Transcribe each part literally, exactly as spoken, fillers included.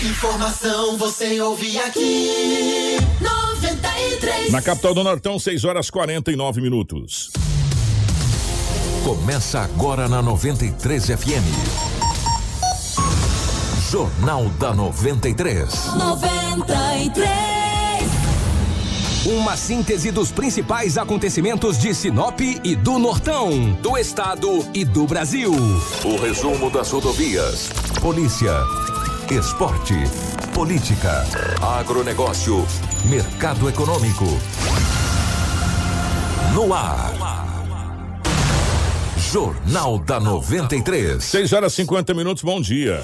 Informação você ouve aqui. noventa e três. Na capital do Nortão, seis horas quarenta e nove minutos. Começa agora na noventa e três F M. Jornal da noventa e três. noventa e três. Uma síntese dos principais acontecimentos de Sinop e do Nortão, do estado e do Brasil. O resumo das rodovias, polícia, esporte, política, agronegócio, mercado econômico. No ar. Jornal da noventa e três. seis horas e cinquenta minutos, bom dia.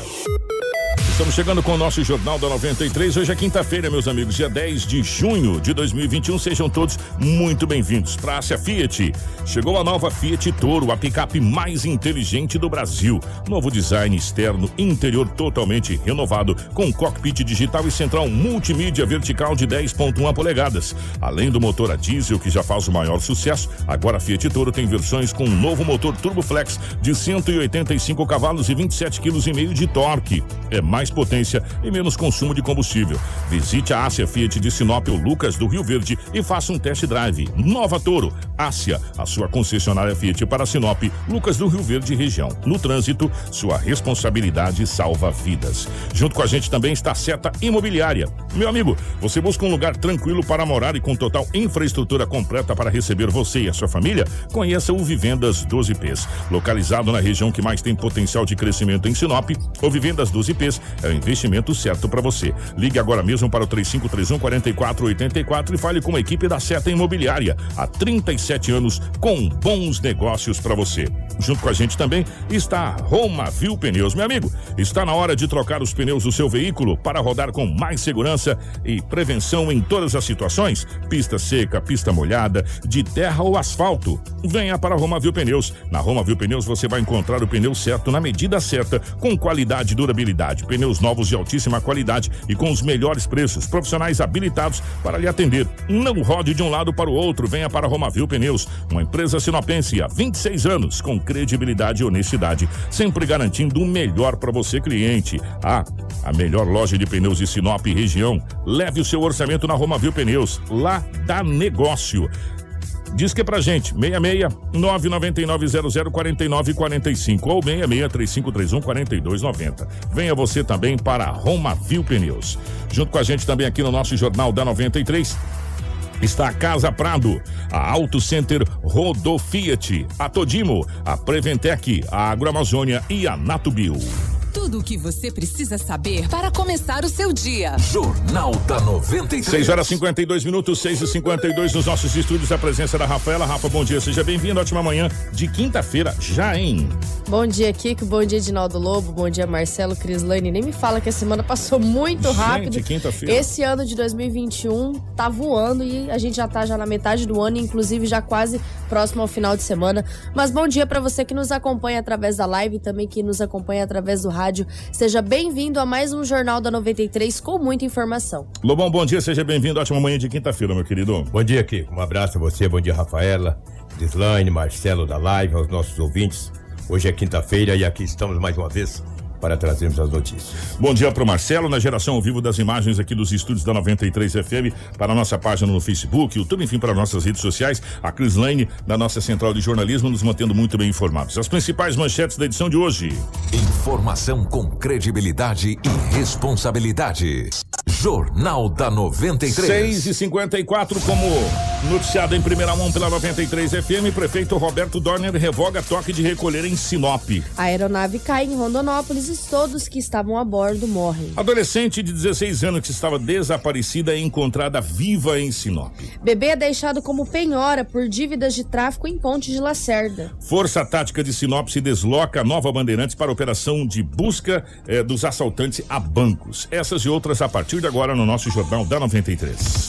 Estamos chegando com o nosso Jornal da noventa e três. Hoje é quinta-feira, meus amigos, dia dez de junho de dois mil e vinte e um. Sejam todos muito bem-vindos. Praça Fiat. Chegou a nova Fiat Toro, a picape mais inteligente do Brasil. Novo design externo, interior totalmente renovado, com cockpit digital e central multimídia vertical de dez vírgula um polegadas. Além do motor a diesel, que já faz o maior sucesso, agora a Fiat Toro tem versões com um novo motor Turbo Flex de cento e oitenta e cinco cavalos e vinte e sete vírgula cinco quilos de torque. É mais potência e menos consumo de combustível. Visite a Ásia Fiat de Sinop ou Lucas do Rio Verde e faça um test drive. Nova Toro, Ásia, a sua concessionária Fiat para Sinop, Lucas do Rio Verde região. No trânsito, sua responsabilidade salva vidas. Junto com a gente também está a Seta Imobiliária. Meu amigo, você busca um lugar tranquilo para morar e com total infraestrutura completa para receber você e a sua família? Conheça o Vivendas doze P's. Localizado na região que mais tem potencial de crescimento em Sinop, o Vivendas doze P's é o investimento certo para você. Ligue agora mesmo para o três cinco três um, quatro quatro oito quatro e fale com a equipe da Seta Imobiliária. Há trinta e sete anos com bons negócios para você. Junto com a gente também está a Romavil Pneus. Meu amigo, está na hora de trocar os pneus do seu veículo para rodar com mais segurança e prevenção em todas as situações. Pista seca, pista molhada, de terra ou asfalto. Venha para a Romavil Pneus. Na Romavil Pneus você vai encontrar o pneu certo na medida certa, com qualidade e durabilidade. Pneus novos de altíssima qualidade e com os melhores preços. Profissionais habilitados para lhe atender. Não rode de um lado para o outro. Venha para a Romavil Pneus, uma empresa sinopense há vinte e seis anos, com credibilidade e honestidade, sempre garantindo o melhor para você, cliente. Ah, a melhor loja de pneus de Sinop e região. Leve o seu orçamento na Romavil Pneus. Lá dá negócio. Diz que é pra gente, seis seis nove nove nove zero zero quatro nove quatro cinco ou seis seis três cinco três um quatro dois nove zero. Venha você também para a Romavil Pneus. Junto com a gente também aqui no nosso Jornal da noventa e três está a Casa Prado, a Auto Center Rodo Fiat, a Todimo, a Preventec, a Agroamazônia e a Natubio. Tudo o que você precisa saber para começar o seu dia. Jornal da noventa e três. seis horas e cinquenta e dois minutos, seis e cinquenta e dois nos nossos estúdios. A presença da Rafaela. Rafa, bom dia, seja bem-vindo. Ótima manhã de quinta-feira, já, hein? Bom dia, Kiko. Bom dia, Edinaldo Lobo. Bom dia, Marcelo, Crislane. Nem me fala que a semana passou muito gente, rápido. Quinta-feira. Esse ano de dois mil e vinte e um tá voando e a gente já tá já na metade do ano, inclusive já quase próximo ao final de semana. Mas bom dia para você que nos acompanha através da live e também que nos acompanha através do rádio. Seja bem-vindo a mais um Jornal da noventa e três com muita informação. Lobão, bom dia, seja bem-vindo. Ótima manhã de quinta-feira, meu querido. Bom dia, Kiko. Um abraço a você, bom dia, Rafaela, Crislane, Marcelo da live, aos nossos ouvintes. Hoje é quinta-feira e aqui estamos mais uma vez para trazermos as notícias. Bom dia pro Marcelo, na geração ao vivo das imagens aqui dos estúdios da noventa e três F M, para a nossa página no Facebook, YouTube, enfim, para nossas redes sociais. A Crislane, da nossa central de jornalismo, nos mantendo muito bem informados. As principais manchetes da edição de hoje. Informação com credibilidade e responsabilidade. Jornal da noventa e três. seis e cinquenta e quatro, como noticiado em primeira mão pela noventa e três F M, prefeito Roberto Dorner revoga toque de recolher em Sinop. A aeronave cai em Rondonópolis e todos que estavam a bordo morrem. Adolescente de dezesseis anos que estava desaparecida é encontrada viva em Sinop. Bebê é deixado como penhora por dívidas de tráfico em Ponte de Lacerda. Força Tática de Sinop se desloca a Nova Bandeirantes para a operação de busca eh, dos assaltantes a bancos. Essas e outras a partir de agora no nosso Jornal da noventa e três.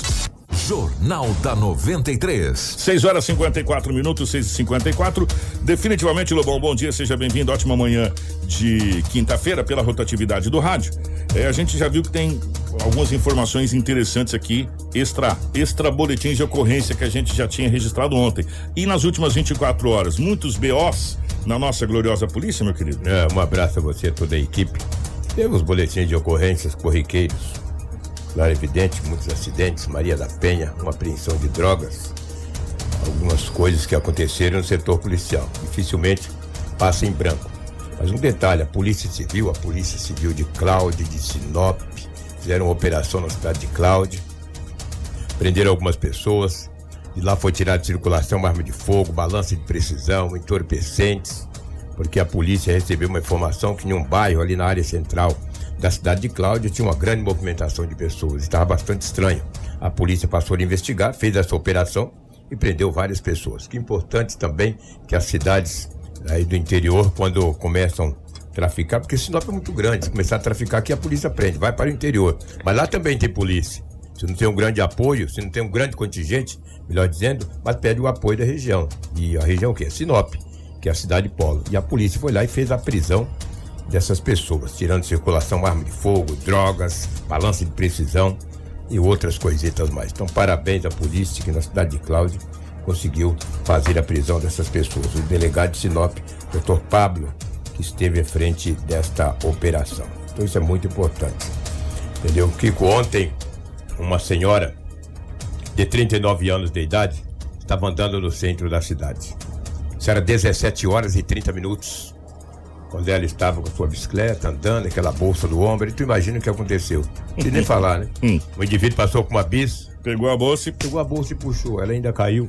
Jornal da noventa e três. seis horas e cinquenta e quatro minutos, seis e cinquenta e quatro. Definitivamente, Lobão, bom dia, seja bem-vindo. Ótima manhã de quinta-feira pela rotatividade do rádio. É, a gente já viu que tem algumas informações interessantes aqui, extra, extra boletins de ocorrência que a gente já tinha registrado ontem. E nas últimas vinte e quatro horas, muitos B Os na nossa gloriosa polícia, meu querido. É, um abraço a você, toda a equipe. Temos boletins de ocorrências corriqueiros. Claro, evidente, muitos acidentes, Maria da Penha, uma apreensão de drogas, algumas coisas que aconteceram no setor policial. Dificilmente passa em branco. Mas um detalhe, a Polícia Civil, a Polícia Civil de Cláudia, de Sinop, fizeram uma operação na cidade de Cláudia, prenderam algumas pessoas, e lá foi tirada de circulação uma arma de fogo, balança de precisão, entorpecentes, porque a polícia recebeu uma informação que em um bairro ali na área central da cidade de Cláudia tinha uma grande movimentação de pessoas, estava bastante estranho. A polícia passou a investigar, fez essa operação e prendeu várias pessoas. Que importante também que as cidades aí do interior, quando começam a traficar, porque Sinop é muito grande, se começar a traficar aqui a polícia prende, vai para o interior, mas lá também tem polícia. Se não tem um grande apoio, se não tem um grande contingente, melhor dizendo, mas pede o apoio da região. E a região o quê? Sinop, que é a cidade polo. E a polícia foi lá e fez a prisão dessas pessoas, tirando de circulação arma de fogo, drogas, balança de precisão e outras coisitas mais. Então, parabéns à polícia que na cidade de Cláudia conseguiu fazer a prisão dessas pessoas. O delegado de Sinop, doutor Pablo, que esteve à frente desta operação. Então, isso é muito importante. Entendeu? Kiko, ontem, uma senhora de trinta e nove anos de idade estava andando no centro da cidade. Isso era dezessete horas e trinta minutos, quando ela estava com a sua bicicleta, andando, aquela bolsa do ombro, e tu imagina o que aconteceu. Não precisa nem falar, né? O indivíduo passou com uma bis, pegou a bolsa e... Pegou a bolsa e puxou, ela ainda caiu.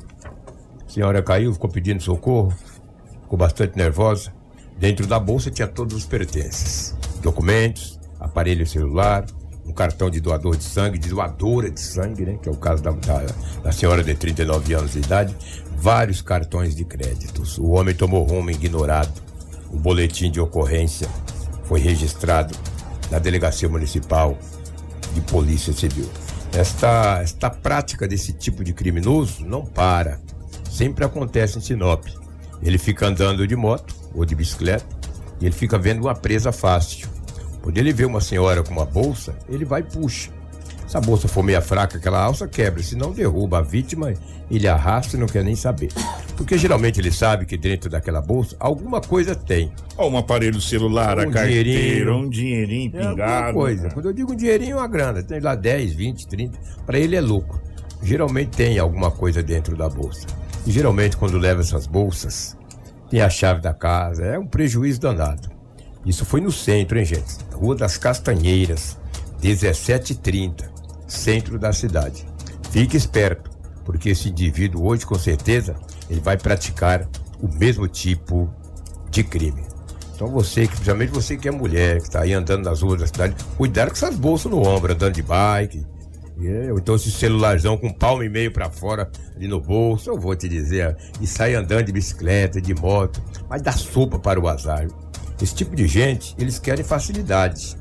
A senhora caiu, ficou pedindo socorro, ficou bastante nervosa. Dentro da bolsa tinha todos os pertences, documentos, aparelho celular, um cartão de doador de sangue, de doadora de sangue, né? Que é o caso da, da, da senhora de trinta e nove anos de idade, vários cartões de créditos. O homem tomou rumo ignorado. O boletim de ocorrência foi registrado na Delegacia Municipal de Polícia Civil. Esta, esta prática desse tipo de criminoso não para. Sempre acontece em Sinop. Ele fica andando de moto ou de bicicleta e ele fica vendo uma presa fácil. Quando ele vê uma senhora com uma bolsa, ele vai e puxa. Se a bolsa for meia fraca, aquela alça quebra, senão derruba a vítima, ele arrasta e não quer nem saber. Porque geralmente ele sabe que dentro daquela bolsa alguma coisa tem. Ou um aparelho celular, um a carteira, dinheirinho, um dinheirinho pingado. É alguma coisa. Quando eu digo um dinheirinho, é uma grana. Tem lá dez, vinte, trinta. Para ele é lucro. Geralmente tem alguma coisa dentro da bolsa. E geralmente quando leva essas bolsas, tem a chave da casa. É um prejuízo danado. Isso foi no centro, hein, gente? Rua das Castanheiras, dezessete e trinta, centro da cidade. Fique esperto, porque esse indivíduo hoje, com certeza, ele vai praticar o mesmo tipo de crime. Então você, principalmente você que é mulher, que está aí andando nas ruas da cidade, cuidado com essas bolsas no ombro, andando de bike, é, ou então esse celularzão com um palmo e meio para fora ali no bolso, eu vou te dizer, e sai andando de bicicleta, de moto, mas dá sopa para o azar. Esse tipo de gente, eles querem facilidade.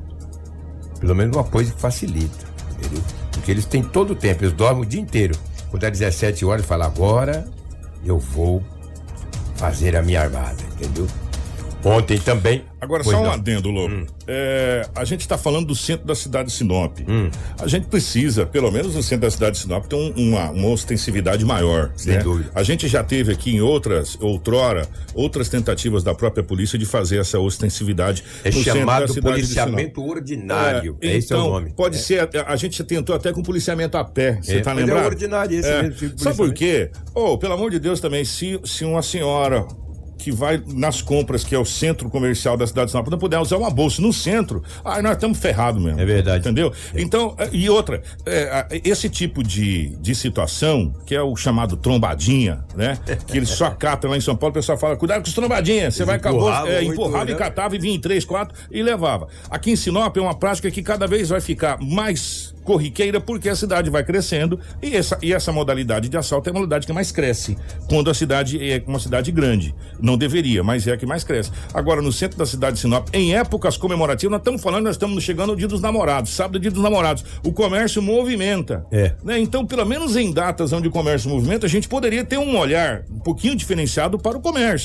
Pelo menos uma coisa que facilita, entendeu? Porque eles têm todo o tempo, eles dormem o dia inteiro. Quando é dezessete horas, fala, agora eu vou fazer a minha armada, entendeu? Ontem também... Agora, pois só um não. adendo, Lobo. Hum. É, a gente está falando do centro da cidade de Sinop. Hum. A gente precisa, pelo menos no centro da cidade de Sinop, ter um, uma, uma ostensividade maior. Sem né? dúvida. A gente já teve aqui em outras, outrora, outras tentativas da própria polícia de fazer essa ostensividade. É no chamado centro da policiamento ordinário. É, esse então, é o nome. Pode é. ser, a, a gente já tentou até com policiamento a pé. Você é, tá mas lembrado? É ordinário esse é. mesmo tipo de Sabe por policiamento. quê? Oh, pelo amor de Deus também, se, se uma senhora que vai nas compras, que é o centro comercial da cidade de Sinop, não puder usar uma bolsa no centro, aí nós estamos ferrados mesmo. É verdade. Entendeu? É. Então, e outra, é, esse tipo de, de situação, que é o chamado trombadinha, né? Que eles só catam lá em São Paulo, o pessoal fala, cuidado com os trombadinhas, você vai com a bolsa, é, empurrava e catava e vinha em três, quatro e levava. Aqui em Sinop é uma prática que cada vez vai ficar mais corriqueira, porque a cidade vai crescendo e essa, e essa modalidade de assalto é a modalidade que mais cresce quando a cidade é uma cidade grande. Não deveria, mas é a que mais cresce. Agora, no centro da cidade de Sinop, em épocas comemorativas, nós estamos falando, nós estamos chegando no Dia dos Namorados, sábado é Dia dos Namorados. O comércio movimenta. É. Né? Então, pelo menos em datas onde o comércio movimenta, a gente poderia ter um olhar um pouquinho diferenciado para o comércio.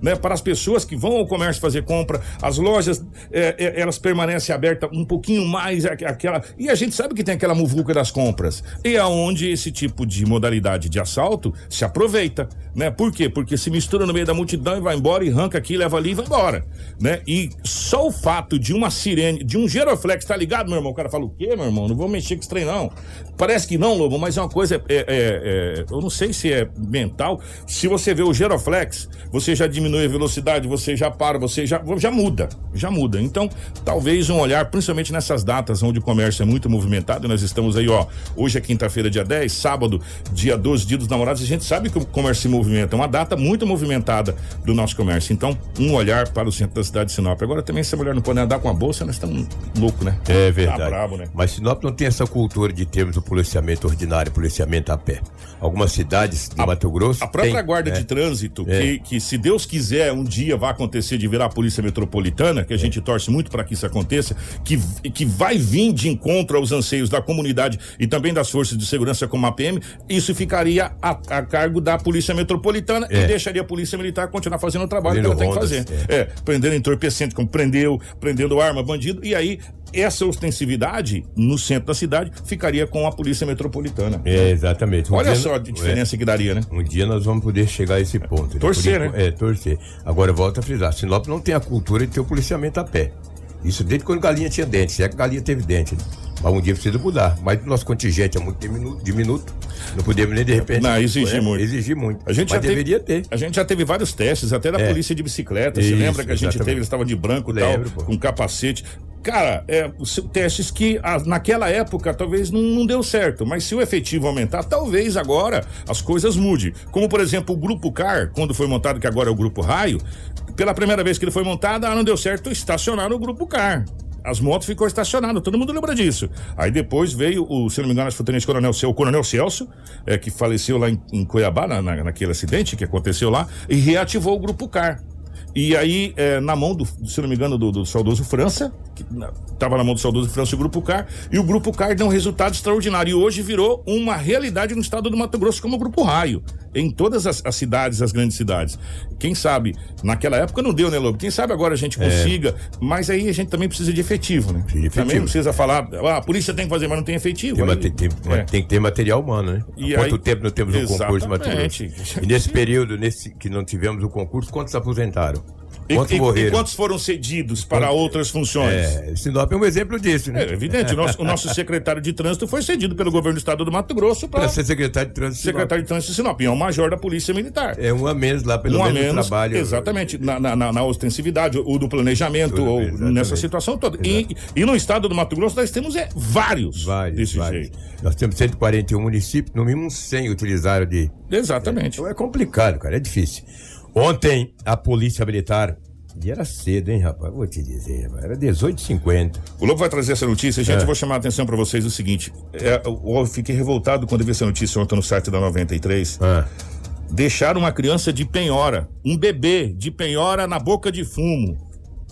né? Para as pessoas que vão ao comércio fazer compra, as lojas, é, é, elas permanecem abertas um pouquinho mais, aquela, e a gente sabe que tem aquela muvuca das compras, e aonde esse tipo de modalidade de assalto se aproveita, né? Por quê? Porque se mistura no meio da multidão e vai embora, e arranca aqui, leva ali e vai embora, né? E só o fato de uma sirene, de um giroflex, tá ligado, meu irmão? O cara fala, o quê, meu irmão? Não vou mexer com esse trem, não. Parece que não, Lobo, mas é uma coisa, é, é, é, eu não sei se é mental. Se você vê o giroflex, você já diminui a velocidade, você já para, você já, já muda, já muda. Então, talvez um olhar, principalmente nessas datas onde o comércio é muito movimentado, e nós estamos aí, ó, hoje é quinta-feira, dia dez, sábado, dia doze, dia dos namorados, a gente sabe que o comércio se movimenta, é uma data muito movimentada do nosso comércio. Então, um olhar para o centro da cidade de Sinop. Agora também, se a mulher não pode andar com a bolsa, nós estamos loucos, né? É verdade. Tá brabo, né? Mas Sinop não tem essa cultura de termos o policiamento ordinário, policiamento a pé. Algumas cidades do a, Mato Grosso a própria tem, guarda é. de trânsito, é. que, que se Deus quiser um dia vai acontecer de virar a polícia metropolitana, que a é. gente torce muito para que isso aconteça, que, que vai vir de encontro aos anseios da comunidade e também das forças de segurança como a P M, isso ficaria a, a cargo da polícia metropolitana é. e deixaria a polícia militar continuar fazendo o trabalho Prendendo que ela rondas, tem que fazer. É. é, prendendo entorpecente, como prendeu, prendendo arma, bandido, e aí essa ostensividade no centro da cidade ficaria com a polícia metropolitana. É, exatamente. Um Olha dia, só a diferença é, que daria, né? Um dia nós vamos poder chegar a esse ponto. Torcer, né? né? É, torcer. Agora, volta a frisar, Sinop não tem a cultura de ter o policiamento a pé. Isso desde quando galinha tinha dente, se é que galinha teve dente, né? Mas um dia precisa mudar. Mas o nosso contingente é muito diminuto, diminuto. Não podemos nem de repente. Não, exigir é, muito. Exigir muito. A gente mas já deveria teve, ter. A gente já teve vários testes, até da é. polícia de bicicleta. Você Isso, lembra que a gente exatamente. teve, eles estavam de branco e tal, pô. com capacete. Cara, é, testes que a, naquela época talvez não, não deu certo, mas se o efetivo aumentar, talvez agora as coisas mudem. Como, por exemplo, o Grupo Car, quando foi montado, que agora é o Grupo Raio, pela primeira vez que ele foi montado, ah, não deu certo, estacionaram o Grupo Car. As motos ficou estacionadas, todo mundo lembra disso. Aí depois veio, o, se não me engano, acho que foi o tenente coronel, o coronel Celso, é, que faleceu lá em, em Cuiabá, na, na, naquele acidente que aconteceu lá, e reativou o Grupo Car. E aí, é, na mão do, se não me engano, do, do saudoso França, que estava na mão do saudoso França, o Grupo Car, e o Grupo Car deu um resultado extraordinário. E hoje virou uma realidade no estado do Mato Grosso como o Grupo Raio, em todas as, as cidades, as grandes cidades. Quem sabe, naquela época não deu, né, Lobo? Quem sabe agora a gente consiga, é. mas aí a gente também precisa de efetivo, né? De efetivo. Também não precisa falar, ah, a polícia tem que fazer, mas não tem efetivo. Tem, aí, tem, tem, é. tem que ter material humano, né? E Há quanto aí, tempo nós temos um concurso de Mato Grosso? E nesse período, nesse que não tivemos o concurso, quantos aposentaram? E, e, e quantos foram cedidos para Quanto, outras funções? É, Sinop é um exemplo disso, né? É evidente, o nosso, o nosso secretário de trânsito foi cedido pelo governo do estado do Mato Grosso para ser secretário de trânsito. Secretário de trânsito de Sinop, e é o major da Polícia Militar. É um a menos lá, pelo um menos a menos, trabalho. Exatamente, na, na, na ostensividade, ou do planejamento, Tudo, ou exatamente. Nessa situação toda. E, e no estado do Mato Grosso nós temos é, vários, vários desse vários. jeito. Nós temos cento e quarenta e um municípios, no mínimo cem utilizaram de... Exatamente. É, então é complicado, cara, é difícil. Ontem, a Polícia Militar... E era cedo, hein, rapaz? Vou te dizer, rapaz. Era dezoito e cinquenta. O Lobo vai trazer essa notícia. Gente, é. eu vou chamar a atenção pra vocês o seguinte. É, eu fiquei revoltado quando vi essa notícia ontem no site da noventa e três. É. Deixaram uma criança de penhora, um bebê de penhora na boca de fumo.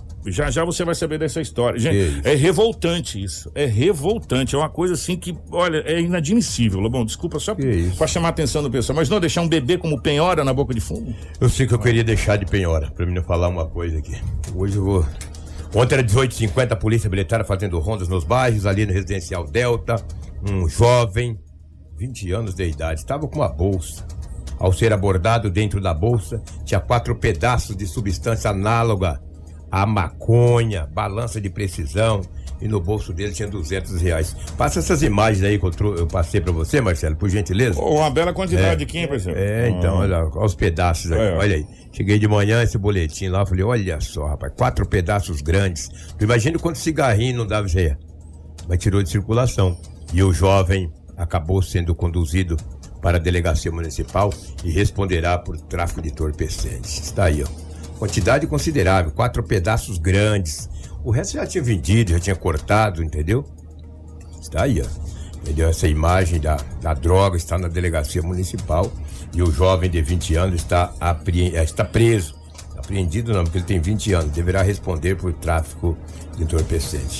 Já já você vai saber dessa história. Gente, é revoltante isso. É revoltante. É uma coisa assim que, olha, é inadmissível. Lobão, desculpa só pra chamar a atenção do pessoal. Mas não deixar um bebê como penhora na boca de fumo? Eu sei que eu queria deixar de penhora, pra mim não falar uma coisa aqui. Hoje eu vou... Ontem era dezoito e cinquenta, a Polícia Militar fazendo rondas nos bairros, ali no Residencial Delta. Um jovem, vinte anos de idade, estava com uma bolsa. Ao ser abordado dentro da bolsa, tinha quatro pedaços de substância análoga a maconha, balança de precisão, e no bolso dele tinha duzentos reais. Passa essas imagens aí que eu, trou- eu passei pra você, Marcelo, por gentileza. Oh, uma bela quantidade é, aqui, hein, parceiro? É, então, ah. olha, olha os pedaços aí, é, olha aí. Cheguei de manhã, esse boletim lá, falei, olha só, rapaz, quatro pedaços grandes. Tu imagina quanto cigarrinho não dava jeito. Mas tirou de circulação. E o jovem acabou sendo conduzido para a delegacia municipal e responderá por tráfico de entorpecentes. Está aí, ó. Quantidade considerável, quatro pedaços grandes. O resto já tinha vendido, já tinha cortado, entendeu? Está aí, ó. Entendeu? Essa imagem da, da droga está na delegacia municipal e o jovem de vinte anos está, apre... está preso. Apreendido não, porque ele tem vinte anos. Deverá responder por tráfico de entorpecente.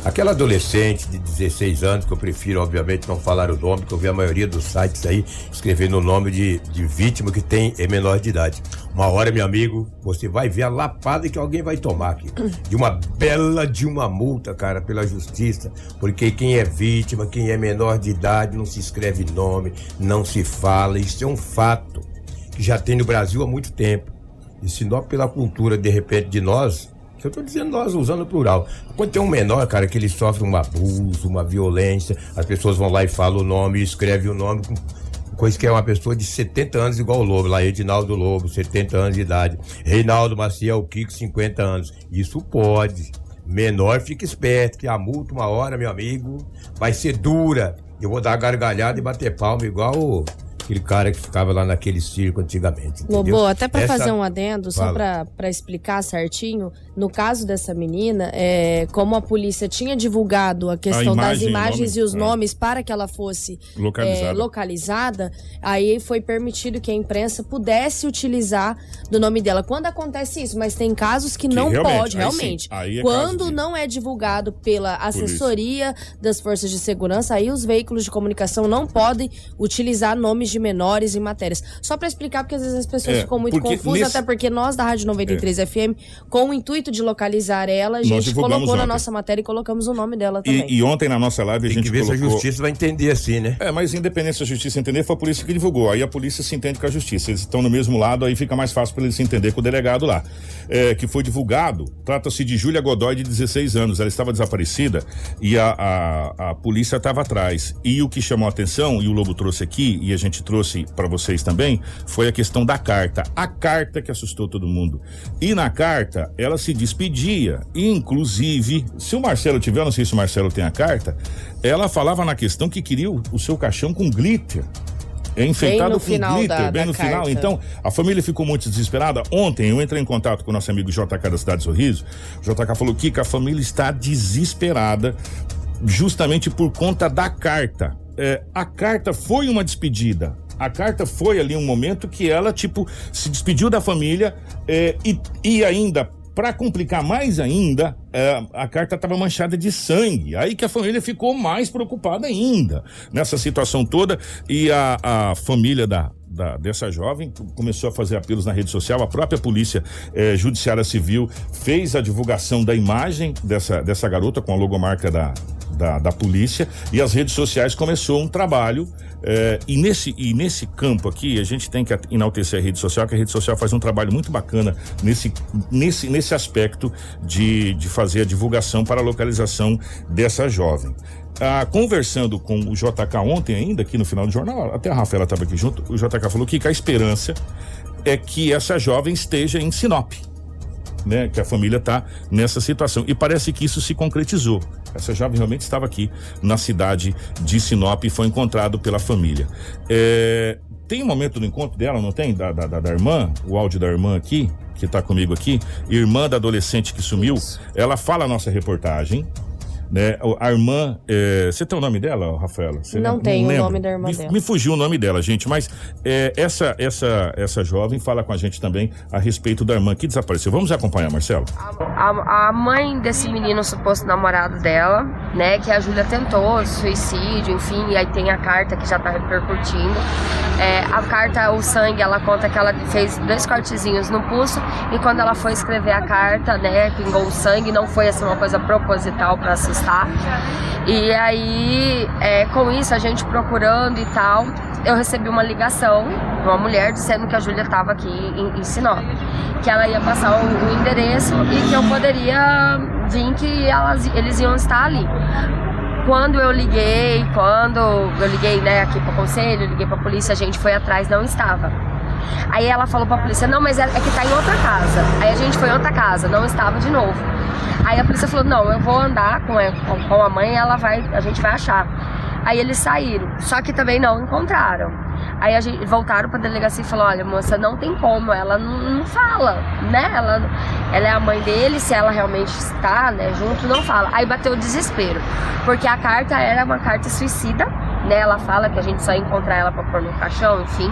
Aquela adolescente de dezesseis anos, que eu prefiro, obviamente, não falar o nome, porque eu vi a maioria dos sites aí escrevendo o nome de, de vítima que tem é menor de idade. Uma hora, meu amigo, você vai ver a lapada que alguém vai tomar aqui. De uma bela de uma multa, cara, pela justiça. Porque quem é vítima, quem é menor de idade, não se escreve nome, não se fala. Isso é um fato que já tem no Brasil há muito tempo. E se não pela cultura, de repente, de nós... Eu tô dizendo nós, usando o plural. Quando tem um menor, cara, que ele sofre um abuso, uma violência, as pessoas vão lá e falam o nome, escrevem o nome, coisa que é uma pessoa de setenta anos igual o Lobo, lá Edinaldo Lobo, setenta anos de idade. Reinaldo Maciel Kiko, cinquenta anos. Isso pode. Menor, fica esperto, que a multa uma hora, meu amigo, vai ser dura. Eu vou dar gargalhada e bater palma igual o... aquele cara que ficava lá naquele circo antigamente, entendeu? Lobo, até pra Essa... fazer um adendo, só pra, pra explicar certinho, no caso dessa menina, é, como a polícia tinha divulgado a questão a imagem, das imagens nome, e os é. nomes para que ela fosse localizada. É, localizada, aí foi permitido que a imprensa pudesse utilizar do nome dela. Quando acontece isso, mas tem casos que, que não realmente, pode, realmente. Aí aí é Quando de... não é divulgado pela assessoria Polícia. das forças de segurança, aí os veículos de comunicação não podem utilizar nomes de menores em matérias. Só pra explicar, porque às vezes as pessoas é, ficam muito confusas, nesse... até porque nós da Rádio noventa e três é. F M, com o intuito de localizar ela, a gente colocou ontem. na nossa matéria e colocamos o nome dela também. E, e ontem na nossa live a Tem gente que ver colocou... se a justiça vai entender assim, né? É, mas independente se a justiça entender, foi a polícia que divulgou. Aí a polícia se entende com a justiça. Eles estão no mesmo lado, aí fica mais fácil para eles se entender com o delegado lá. É, que foi divulgado, trata-se de Júlia Godoy, de dezesseis anos. Ela estava desaparecida e a, a, a polícia estava atrás. E o que chamou a atenção, e o Lobo trouxe aqui, e a gente trouxe para vocês também, foi a questão da carta. A carta que assustou todo mundo. E na carta, ela se despedia. E, inclusive, se o Marcelo tiver, eu não sei se o Marcelo tem a carta, ela falava na questão que queria o, o seu caixão com glitter. É enfeitado com glitter, da, bem da no carta. final. Então, a família ficou muito desesperada. Ontem, eu entrei em contato com o nosso amigo J K da Cidade Sorriso. O J K falou que a família está desesperada justamente por conta da carta. É, a carta foi uma despedida. A carta foi ali um momento que ela, tipo, se despediu da família é, e, e ainda, para complicar mais ainda, é, a carta estava manchada de sangue. Aí que a família ficou mais preocupada ainda nessa situação toda. E a, a família da, da, dessa jovem começou a fazer apelos na rede social. A própria polícia é, judiciária civil fez a divulgação da imagem dessa, dessa garota com a logomarca da Da, da polícia, e as redes sociais começou um trabalho é, e, nesse, e nesse campo aqui a gente tem que enaltecer a rede social, que a rede social faz um trabalho muito bacana nesse, nesse, nesse aspecto de, de fazer a divulgação para a localização dessa jovem. Ah, conversando com o J K ontem ainda, aqui no final do jornal, até a Rafaela estava aqui junto, o J K falou que a esperança é que essa jovem esteja em Sinop, né, que a família está nessa situação, e parece que isso se concretizou. Essa jovem realmente estava aqui na cidade de Sinop e foi encontrado pela família. É, tem um momento do encontro dela, não tem? Da, da, da irmã, o áudio da irmã aqui, que está comigo aqui, irmã da adolescente que sumiu. Isso. Ela fala a nossa reportagem, né? A irmã, é, você tem o nome dela, Rafaela? Você não tem o nome da irmã me, dela. Me fugiu o nome dela, gente, mas é, essa, essa, essa jovem fala com a gente também a respeito da irmã que desapareceu. Vamos acompanhar, Marcelo? A, a, a mãe desse menino, suposto namorado dela, né, que a Júlia tentou suicídio, enfim, e aí tem a carta que já tá repercutindo. É, a carta, o sangue, ela conta que ela fez dois cortezinhos no pulso, e quando ela foi escrever a carta, né, pingou o sangue, não foi assim uma coisa proposital pra assustar. E aí, é, com isso, a gente procurando e tal, eu recebi uma ligação de uma mulher dizendo que a Júlia estava aqui em, em Sinop, que ela ia passar o, o endereço e que eu poderia vir, que elas, eles iam estar ali. Quando eu liguei, quando eu liguei, né, aqui para o conselho, eu liguei para a polícia, a gente foi atrás, não estava. Aí ela falou para a polícia, não, mas é, é que tá em outra casa. Aí a gente foi em outra casa, não estava de novo. Aí a polícia falou, não, eu vou andar com, com, com a mãe e ela vai, a gente vai achar. Aí eles saíram, só que também não encontraram. Aí a gente voltaram pra delegacia e falou, olha, moça, não tem como, ela não, não fala, né? Ela, ela é a mãe dele, se ela realmente está, né, junto, não fala. Aí bateu o desespero, porque a carta era uma carta suicida, né? Ela fala que a gente só ia encontrar ela pra pôr no caixão, enfim.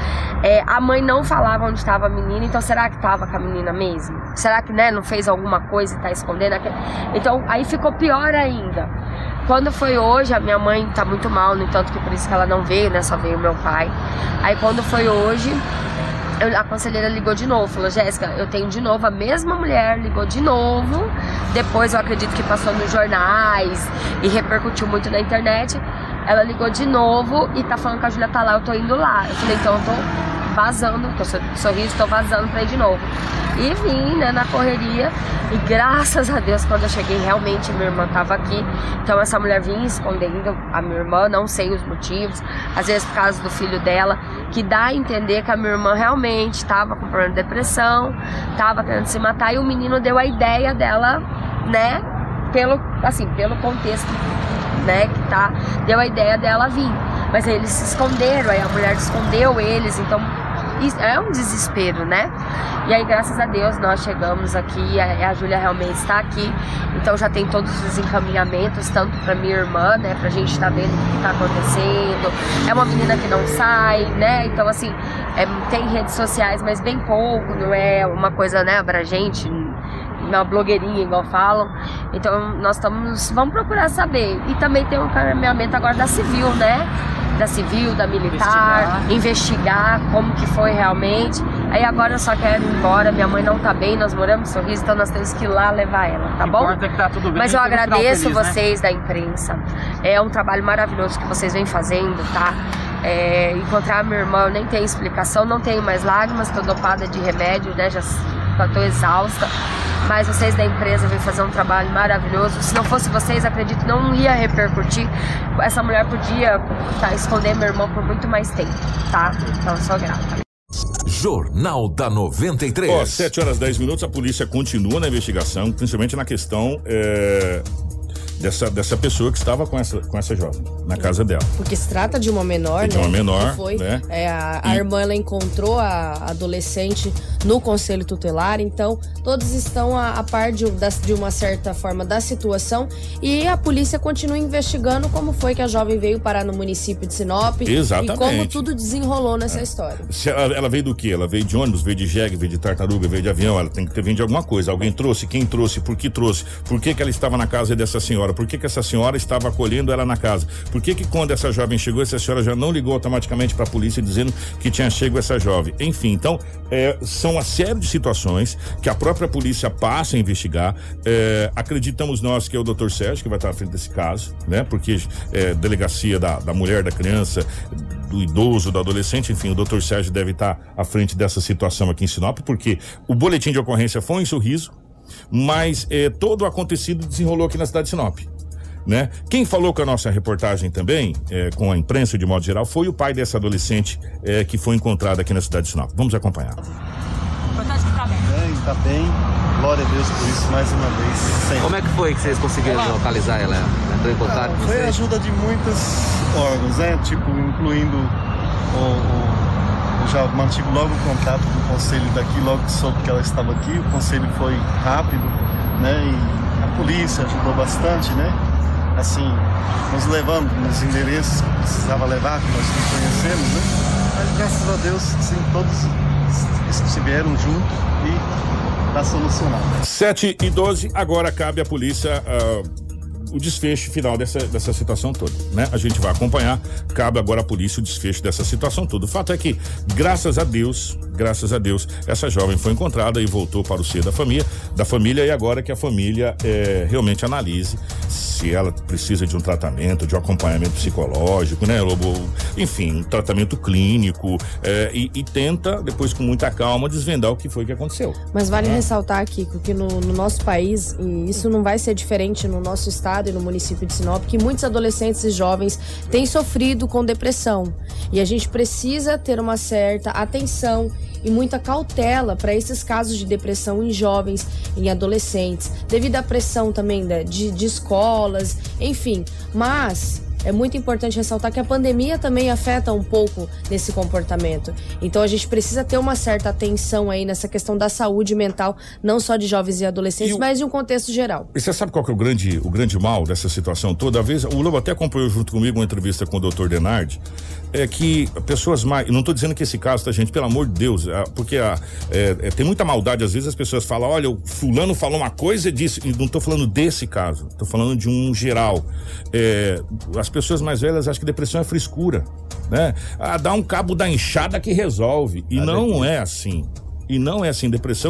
É, a mãe não falava onde estava a menina, então será que estava com a menina mesmo? Será que, né, não fez alguma coisa e tá escondendo? Então aí ficou pior ainda. Quando foi hoje, a minha mãe tá muito mal, no entanto que por isso que ela não veio, né, só veio meu pai. Aí quando foi hoje, eu, a conselheira ligou de novo, falou: Jéssica, eu tenho de novo a mesma mulher, ligou de novo. Depois eu acredito que passou nos jornais e repercutiu muito na internet. Ela ligou de novo e tá falando que a Júlia tá lá, eu tô indo lá. Eu falei: então eu tô vazando, tô sorriso, tô vazando pra ir de novo. E vim, né, na correria, e graças a Deus, quando eu cheguei, realmente minha irmã tava aqui. Então essa mulher vinha escondendo a minha irmã, não sei os motivos, às vezes por causa do filho dela, que dá a entender que a minha irmã realmente tava com problema de depressão, tava querendo se matar, e o menino deu a ideia dela, né, pelo, assim, pelo contexto, né, que tá, deu a ideia dela vir. Mas aí eles se esconderam, aí a mulher escondeu eles, então é um desespero, né? E aí, graças a Deus, nós chegamos aqui, a, a Júlia realmente está aqui, então já tem todos os encaminhamentos, tanto para minha irmã, né, pra gente estar tá vendo o que está acontecendo. É uma menina que não sai, né, então assim, é, tem redes sociais, mas bem pouco, não é uma coisa, né, abrangente, uma blogueirinha, igual falam. Então nós estamos, vamos procurar saber. E também tem um encaminhamento agora da civil, né? Da civil, da militar, investigar. investigar como que foi realmente. Aí agora eu só quero ir embora, minha mãe não tá bem, nós moramos em Sorriso, então nós temos que ir lá levar ela, tá bom? É que tá tudo bem. Mas eu agradeço feliz, vocês, né? Da imprensa. É um trabalho maravilhoso que vocês vêm fazendo, tá? É, encontrar a minha irmã, eu nem tenho explicação, não tenho mais lágrimas, tô dopada de remédio, né? Já tô exausta. Mas vocês da empresa vêm fazer um trabalho maravilhoso. Se não fosse vocês, acredito, não ia repercutir. Essa mulher podia, tá, esconder minha irmã por muito mais tempo, tá? Então eu sou grata. Jornal da noventa e três. Ó, sete horas e dez minutos, a polícia continua na investigação, principalmente na questão é, dessa, dessa pessoa que estava com essa, com essa jovem, na casa dela. Porque se trata de uma menor, de né? uma menor, foi, né? É, a, a e... irmã, ela encontrou a adolescente no conselho tutelar, então todos estão a, a par de, de uma certa forma da situação, e a polícia continua investigando como foi que a jovem veio parar no município de Sinop. Exatamente. E como tudo desenrolou nessa é. história. Se ela, ela veio do quê? Ela veio de ônibus, veio de jegue, veio de tartaruga, veio de avião. Ela tem que ter vindo de alguma coisa. Alguém trouxe? Quem trouxe? Por que trouxe? Por que que ela estava na casa dessa senhora? Por que que essa senhora estava acolhendo ela na casa? Por que que quando essa jovem chegou, essa senhora já não ligou automaticamente para a polícia dizendo que tinha chego essa jovem? Enfim, então, é, são uma série de situações que a própria polícia passa a investigar. É, acreditamos nós que é o doutor Sérgio que vai estar à frente desse caso, né? Porque é, delegacia da, da mulher, da criança, do idoso, do adolescente, enfim, o doutor Sérgio deve estar à frente dessa situação aqui em Sinop, porque o boletim de ocorrência foi em Sorriso, mas é, todo o acontecido desenrolou aqui na cidade de Sinop. Né? Quem falou com a nossa reportagem também, é, com a imprensa de modo geral, foi o pai dessa adolescente é, que foi encontrada aqui na cidade de Sinop. Vamos acompanhar. Tá bem, tá bem. Glória a Deus por isso, mais uma vez. Sempre. Como é que foi que vocês conseguiram Olá. localizar ela? Entrou em contato com Foi você? a ajuda de muitos órgãos, né? Tipo, incluindo o, o, eu já mantive logo o contato com o conselho daqui, logo que soube que ela estava aqui. O conselho foi rápido, né? E a polícia ajudou bastante, né? Assim, nos levando nos endereços que precisava levar, que nós não conhecemos, né? Mas graças a Deus, sim, todos estiveram juntos e está solucionado. sete e doze, agora cabe à polícia uh, o desfecho final dessa, dessa situação toda, né? A gente vai acompanhar, cabe agora à polícia o desfecho dessa situação toda. O fato é que, graças a Deus, graças a Deus, essa jovem foi encontrada e voltou para o seio da família, da família, e agora que a família é, realmente analise se ela precisa de um tratamento, de um acompanhamento psicológico, né, Lobo? Enfim, um tratamento clínico, é, e, e tenta, depois com muita calma, desvendar o que foi que aconteceu. Mas vale é. ressaltar, Kiko, que no, no nosso país, e isso não vai ser diferente no nosso estado e no município de Sinop, que muitos adolescentes e jovens têm sofrido com depressão. E a gente precisa ter uma certa atenção e muita cautela para esses casos de depressão em jovens, em adolescentes, devido à pressão também de, de escolas, enfim. Mas é muito importante ressaltar que a pandemia também afeta um pouco nesse comportamento. Então a gente precisa ter uma certa atenção aí nessa questão da saúde mental, não só de jovens e adolescentes, e o... mas de um contexto geral. E você sabe qual que é o grande, o grande mal dessa situação toda? Vez, o Lobo até acompanhou junto comigo uma entrevista com o doutor Denardi, é que pessoas mais, não estou dizendo que esse caso, tá, gente, pelo amor de Deus, é, porque a, é, é, tem muita maldade, às vezes as pessoas falam, olha, o fulano falou uma coisa e disse, e não estou falando desse caso, estou falando de um geral. É, as pessoas mais velhas acham que depressão é frescura, né? Ah, dá um cabo da enxada que resolve, e não é assim, e não é assim, depressão,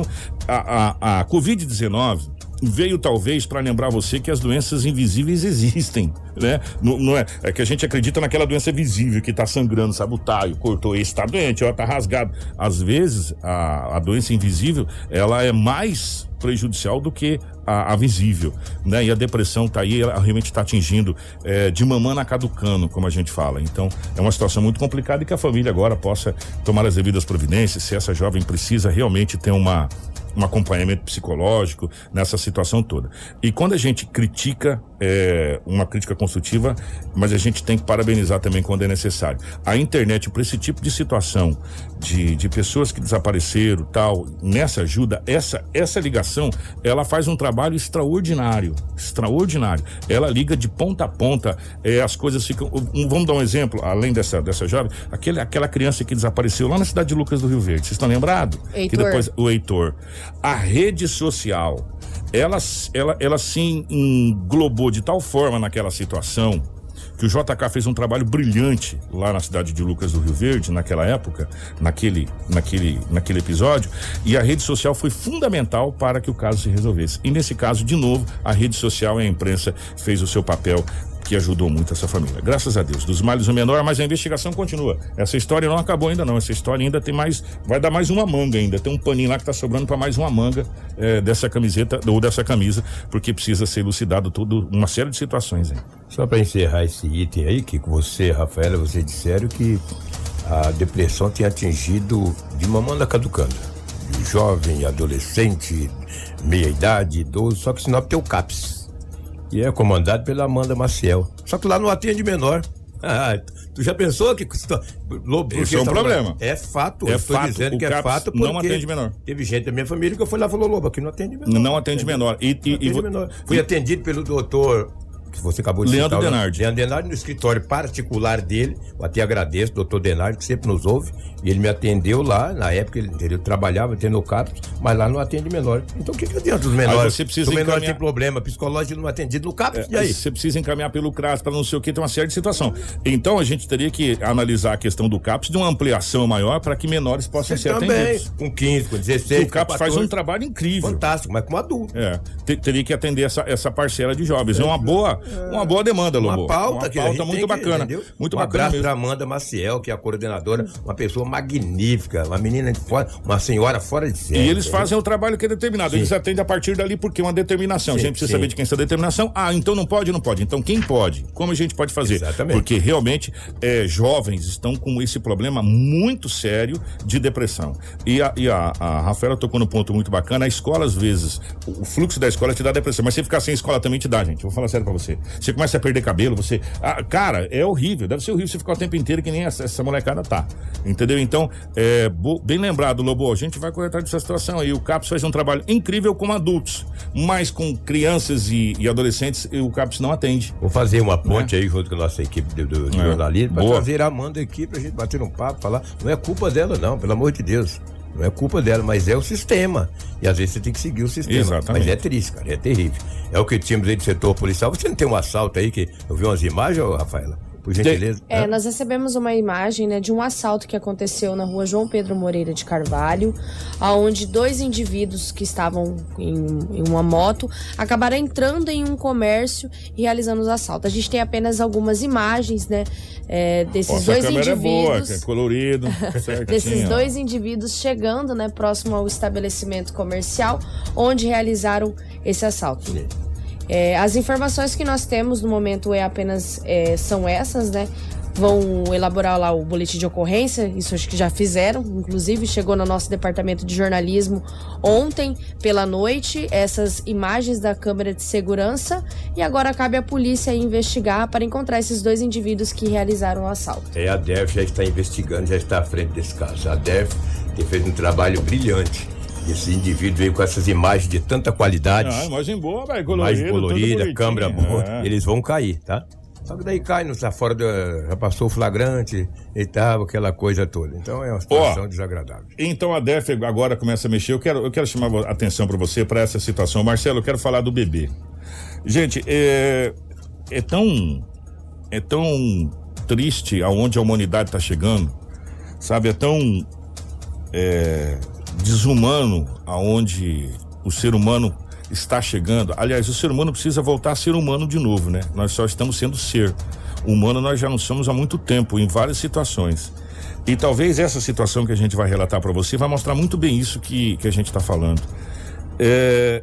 a, a, a covid dezenove veio talvez para lembrar você que as doenças invisíveis existem, né? Não, não é, é que a gente acredita naquela doença visível que tá sangrando, sabe, o taio, cortou, esse tá doente, ó, tá rasgado. Às vezes a, a doença invisível, ela é mais prejudicial do que a, a visível, né? E a depressão tá aí, ela realmente tá atingindo é, de mamã na caducano, como a gente fala. Então é uma situação muito complicada e que a família agora possa tomar as devidas providências, se essa jovem precisa realmente ter uma um acompanhamento psicológico nessa situação toda. E quando a gente critica, é, uma crítica construtiva, mas a gente tem que parabenizar também quando é necessário. A internet, para esse tipo de situação, de, de pessoas que desapareceram, tal, nessa ajuda, essa, essa ligação, ela faz um trabalho extraordinário, extraordinário. Ela liga de ponta a ponta, é, as coisas ficam, um, vamos dar um exemplo, além dessa, dessa jovem, aquele, aquela criança que desapareceu lá na cidade de Lucas do Rio Verde, vocês estão lembrados? Heitor. Que depois, o Heitor. A rede social, ela, ela, ela se englobou de tal forma naquela situação que o J K fez um trabalho brilhante lá na cidade de Lucas do Rio Verde, naquela época, naquele, naquele, naquele episódio, e a rede social foi fundamental para que o caso se resolvesse. E nesse caso, de novo, a rede social e a imprensa fez o seu papel, que ajudou muito essa família. Graças a Deus. Dos males o menor, mas a investigação continua. Essa história não acabou ainda não. Essa história ainda tem mais, vai dar mais uma manga ainda. Tem um paninho lá que tá sobrando para mais uma manga é, dessa camiseta ou dessa camisa, porque precisa ser elucidado tudo, uma série de situações aí. Só para encerrar esse item aí, que você, Rafaela, você disseram que a depressão tem atingido de mamãe na caducando. De jovem, adolescente, meia idade, idoso, só que Sinop tem o CAPS. E é comandado pela Amanda Maciel. Só que lá não atende menor. Ah, tu já pensou que... Lobo, esse é um problema. É fato. É eu estou fato. dizendo o que é fato porque não atende menor. Teve gente da minha família que foi lá e falou, Lobo, aqui não atende menor. Não atende menor. E, e, não atende e, menor. Fui atendido pelo doutor... que você acabou de Leandro citar, Denardi. Leandro Denardi, no escritório particular dele. Eu até agradeço, doutor Denardi, que sempre nos ouve. E ele me atendeu lá, na época ele, ele trabalhava tendo o CAPS, mas lá não atende menor. Então o que, que adianta os menores? Você precisa o menor encaminhar... tem problema psicológico não atendido no CAPS, é, e aí? Você precisa encaminhar pelo CRAS para não sei o que, tem uma série de situação. Então a gente teria que analisar a questão do CAPS de uma ampliação maior para que menores possam Você ser também, atendidos. Com quinze, com dezesseis, o CAPS com faz um trabalho incrível. Fantástico, mas com adulto. É, te, teria que atender essa, essa parcela de jovens. É uma boa, uma boa demanda, Lobo. Uma pauta, uma que pauta muito que, bacana. Entendeu? Muito um bacana. abraço para Amanda Maciel, que é a coordenadora, uma pessoa magnífica, uma menina de fora, uma senhora fora de série. E eles fazem o trabalho que é determinado. Sim. Eles atendem a partir dali porque é uma determinação. Sim, a gente precisa sim. saber de quem é essa determinação. Ah, então não pode, não pode. Então quem pode? Como a gente pode fazer? Exatamente. Porque realmente é, jovens estão com esse problema muito sério de depressão. E a, e a, a Rafaela tocou no ponto muito bacana. A escola, às vezes, o fluxo da escola te dá depressão, mas você ficar sem escola também te dá, gente. Vou falar sério pra você. Você começa a perder cabelo, você... Ah, cara, é horrível. Deve ser horrível você ficar o tempo inteiro que nem essa, essa molecada tá. Entendeu? Então, é, bo, bem lembrado, Lobo, a gente vai correr atrás dessa situação aí. O CAPS faz um trabalho incrível com adultos, mas com crianças e, e adolescentes, o CAPS não atende. Vou fazer uma ponte é. aí junto com a nossa equipe do, do, do é. jornalismo, para trazer a Amanda aqui pra gente bater um papo, falar. Não é culpa dela, não, pelo amor de Deus. Não é culpa dela, mas é o sistema. E às vezes você tem que seguir o sistema. Exatamente. Mas é triste, cara, é terrível. É o que tínhamos aí do setor policial. Você não tem um assalto aí que eu vi umas imagens, Rafaela? Por gentileza. É, é, nós recebemos uma imagem, né, de um assalto que aconteceu na rua João Pedro Moreira de Carvalho, onde dois indivíduos que estavam em, em uma moto acabaram entrando em um comércio e realizando os assaltos. A gente tem apenas algumas imagens, né, é, desses Nossa, dois a indivíduos. É boa, que é colorido. desses dois indivíduos chegando, né, próximo ao estabelecimento comercial, onde realizaram esse assalto. Sim. É, as informações que nós temos no momento é apenas é, são essas, né? vão elaborar lá o boletim de ocorrência, isso acho que já fizeram, inclusive chegou no nosso departamento de jornalismo ontem pela noite essas imagens da câmera de segurança e agora cabe à polícia investigar para encontrar esses dois indivíduos que realizaram o assalto. É, a D E F já está investigando, já está à frente desse caso. A D E F tem feito um trabalho brilhante. Esse indivíduo veio com essas imagens de tanta qualidade. Ah, imagem boa, velho, colorida. Mais colorida, câmera boa. É. Eles vão cair, tá? Só que daí cai, não está fora, do, já passou o flagrante e tal, aquela coisa toda. Então é uma situação oh, desagradável. Então a D E F agora começa a mexer. Eu quero, eu quero chamar a atenção para você para essa situação. Marcelo, eu quero falar do bebê. Gente, é, é tão é tão triste aonde a humanidade está chegando, sabe? É tão é, desumano aonde o ser humano está chegando. Aliás, o ser humano precisa voltar a ser humano de novo, né? Nós só estamos sendo ser humano, nós já não somos há muito tempo, em várias situações. E talvez essa situação que a gente vai relatar para você vai mostrar muito bem isso que, que a gente está falando. É...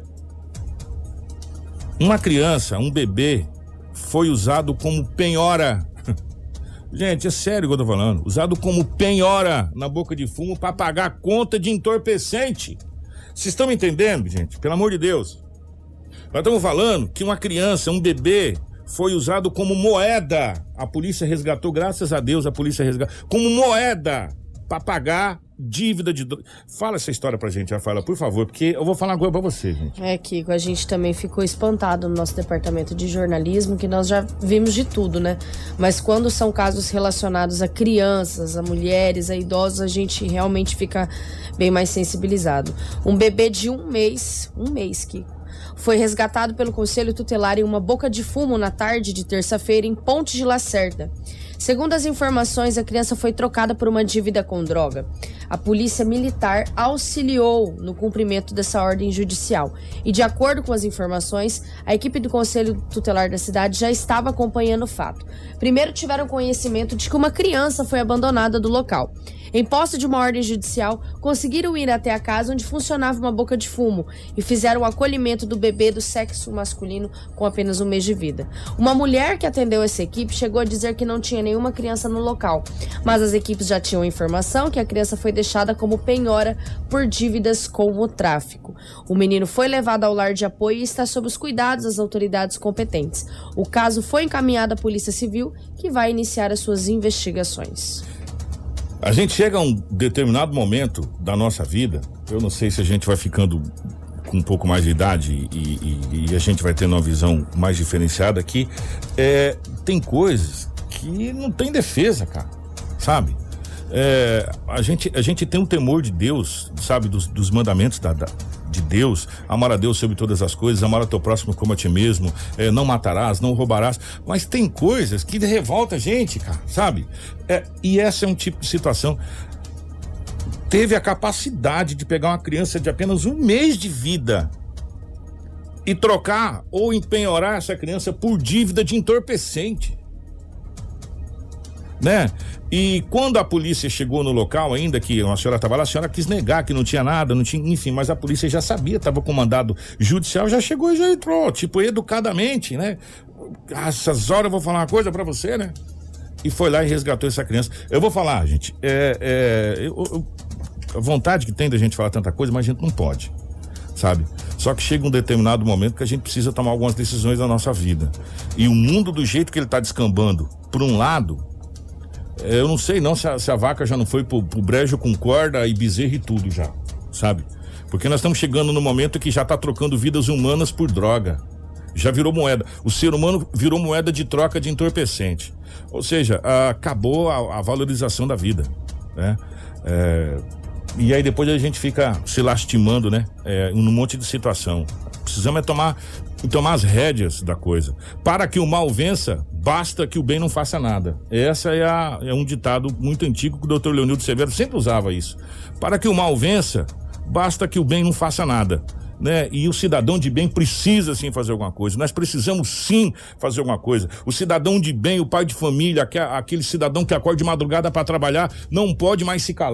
Uma criança, um bebê, foi usado como penhora. Gente, é sério que eu tô falando. Usado como penhora na boca de fumo para pagar a conta de entorpecente. Vocês estão me entendendo, gente? Pelo amor de Deus. Nós estamos falando que uma criança, um bebê, foi usado como moeda. A polícia resgatou, graças a Deus, a polícia resgatou. Como moeda para pagar dívida de... Fala essa história pra gente, Rafaela, por favor, porque eu vou falar agora pra você, gente. É, Kiko, a gente também ficou espantado no nosso departamento de jornalismo, que nós já vimos de tudo, né? Mas quando são casos relacionados a crianças, a mulheres, a idosos, a gente realmente fica bem mais sensibilizado. Um bebê de um mês, um mês, Kiko, foi resgatado pelo Conselho Tutelar em uma boca de fumo na tarde de terça-feira em Ponte de Lacerda. Segundo as informações, a criança foi trocada por uma dívida com droga. A polícia militar auxiliou no cumprimento dessa ordem judicial. E, de acordo com as informações, a equipe do Conselho Tutelar da cidade já estava acompanhando o fato. Primeiro tiveram conhecimento de que uma criança foi abandonada do local. Em posse de uma ordem judicial, conseguiram ir até a casa onde funcionava uma boca de fumo e fizeram o acolhimento do bebê do sexo masculino com apenas um mês de vida. Uma mulher que atendeu essa equipe chegou a dizer que não tinha nenhuma criança no local, mas as equipes já tinham informação que a criança foi deixada como penhora por dívidas com o tráfico. O menino foi levado ao lar de apoio e está sob os cuidados das autoridades competentes. O caso foi encaminhado à Polícia Civil, que vai iniciar as suas investigações. A gente chega a um determinado momento da nossa vida, eu não sei se a gente vai ficando com um pouco mais de idade e, e, e a gente vai tendo uma visão mais diferenciada aqui, é, tem coisas que não tem defesa, cara, sabe? É, a, gente, a gente tem um temor de Deus, sabe, dos, dos mandamentos da, da, de Deus, amar a Deus sobre todas as coisas, amar ao teu próximo como a ti mesmo, é, não matarás, não roubarás, mas tem coisas que revolta a gente, cara, sabe? É, e essa é um tipo de situação. Teve a capacidade de pegar uma criança de apenas um mês de vida e trocar ou empenhorar essa criança por dívida de entorpecente, né? E quando a polícia chegou no local, ainda que a senhora estava lá, a senhora quis negar que não tinha nada, não tinha, enfim, mas a polícia já sabia, estava com mandado judicial, já chegou e já entrou, tipo, educadamente, né? Essas horas eu vou falar uma coisa pra você, né? E foi lá e resgatou essa criança. Eu vou falar, gente, é, é, eu, eu, a vontade que tem da gente falar tanta coisa, mas a gente não pode, sabe? Só que chega um determinado momento que a gente precisa tomar algumas decisões na nossa vida. E o mundo, do jeito que ele tá descambando, por um lado, eu não sei não se a, se a vaca já não foi pro, pro brejo com corda e bezerro e tudo já, sabe? Porque nós estamos chegando no momento que já tá trocando vidas humanas por droga. Já virou moeda. O ser humano virou moeda de troca de entorpecente. Ou seja, acabou a, a valorização da vida, né? É, e aí depois a gente fica se lastimando, né? É, num monte de situação. Precisamos é tomar, tomar as rédeas da coisa. Para que o mal vença, basta que o bem não faça nada. Essa é, a, é um ditado muito antigo que o doutor Leonildo Severo sempre usava isso. Para que o mal vença, basta que o bem não faça nada, né? E o cidadão de bem precisa sim fazer alguma coisa. Nós precisamos sim fazer alguma coisa. O cidadão de bem, o pai de família, aquele cidadão que acorda de madrugada para trabalhar, não pode mais se calar.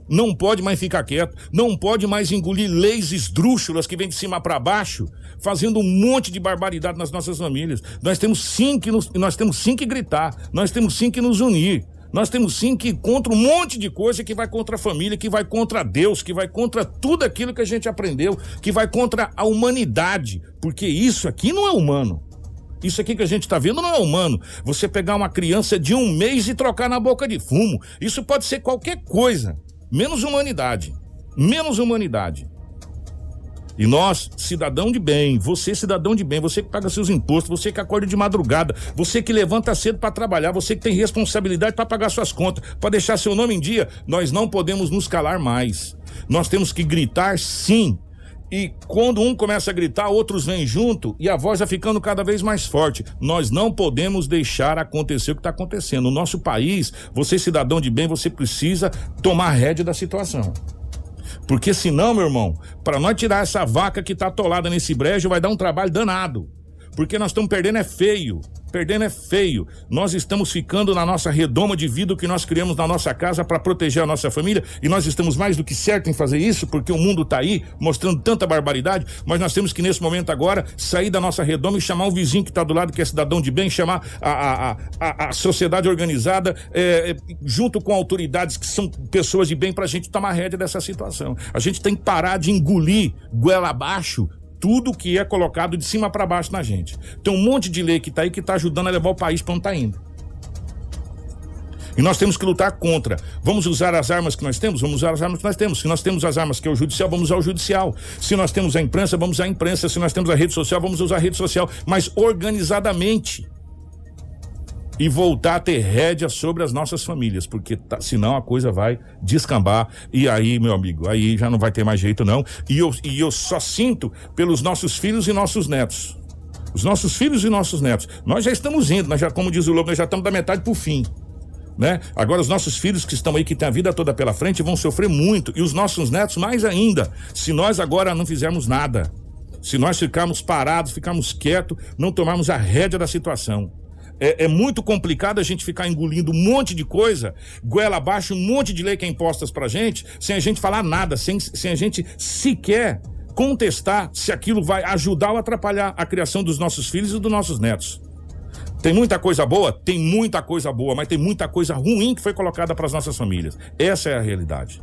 Não pode mais ficar quieto, não pode mais engolir leis esdrúxulas que vêm de cima para baixo, fazendo um monte de barbaridade nas nossas famílias. Nós temos sim que nos, nós temos sim que gritar, nós temos sim que nos unir. Nós temos sim que ir contra um monte de coisa que vai contra a família, que vai contra Deus, que vai contra tudo aquilo que a gente aprendeu, que vai contra a humanidade, porque isso aqui não é humano. Isso aqui que a gente está vendo não é humano. Você pegar uma criança de um mês e trocar na boca de fumo, isso pode ser qualquer coisa, menos humanidade, menos humanidade. E nós, cidadão de bem, você cidadão de bem, você que paga seus impostos, você que acorda de madrugada, você que levanta cedo para trabalhar, você que tem responsabilidade para pagar suas contas, para deixar seu nome em dia, nós não podemos nos calar mais. Nós temos que gritar sim. E quando um começa a gritar, outros vêm junto e a voz vai ficando cada vez mais forte. Nós não podemos deixar acontecer o que está acontecendo. No nosso país, você cidadão de bem, você precisa tomar rédea da situação. Porque senão, meu irmão, para nós tirar essa vaca que tá atolada nesse brejo, vai dar um trabalho danado. Porque nós estamos perdendo é feio. Perdendo é feio. Nós estamos ficando na nossa redoma de vida que nós criamos na nossa casa para proteger a nossa família, e nós estamos mais do que certo em fazer isso, porque o mundo tá aí mostrando tanta barbaridade, mas nós temos que nesse momento agora sair da nossa redoma e chamar o vizinho que tá do lado, que é cidadão de bem, chamar a, a, a, a sociedade organizada, é, junto com autoridades que são pessoas de bem, pra gente tomar rédea dessa situação. A gente tem que parar de engolir goela abaixo tudo que é colocado de cima para baixo na gente. Tem um monte de lei que tá aí que tá ajudando a levar o país para onde tá indo. E nós temos que lutar contra. Vamos usar as armas que nós temos? Vamos usar as armas que nós temos. Se nós temos as armas que é o judicial, vamos usar o judicial. Se nós temos a imprensa, vamos usar a imprensa. Se nós temos a rede social, vamos usar a rede social, mas organizadamente. E voltar a ter rédea sobre as nossas famílias, porque tá, senão a coisa vai descambar, e aí, meu amigo, aí já não vai ter mais jeito não, e eu, e eu só sinto pelos nossos filhos e nossos netos, os nossos filhos e nossos netos, nós já estamos indo, nós já, como diz o Lobo, nós já estamos da metade pro fim, né? Agora os nossos filhos que estão aí, que têm a vida toda pela frente, vão sofrer muito, e os nossos netos mais ainda, se nós agora não fizermos nada, se nós ficarmos parados, ficarmos quietos, não tomarmos a rédea da situação. É, é muito complicado a gente ficar engolindo um monte de coisa, goela abaixo, um monte de lei que é impostas pra gente, sem a gente falar nada, sem, sem a gente sequer contestar se aquilo vai ajudar ou atrapalhar a criação dos nossos filhos e dos nossos netos. Tem muita coisa boa? Tem muita coisa boa, mas tem muita coisa ruim que foi colocada para as nossas famílias. Essa é a realidade.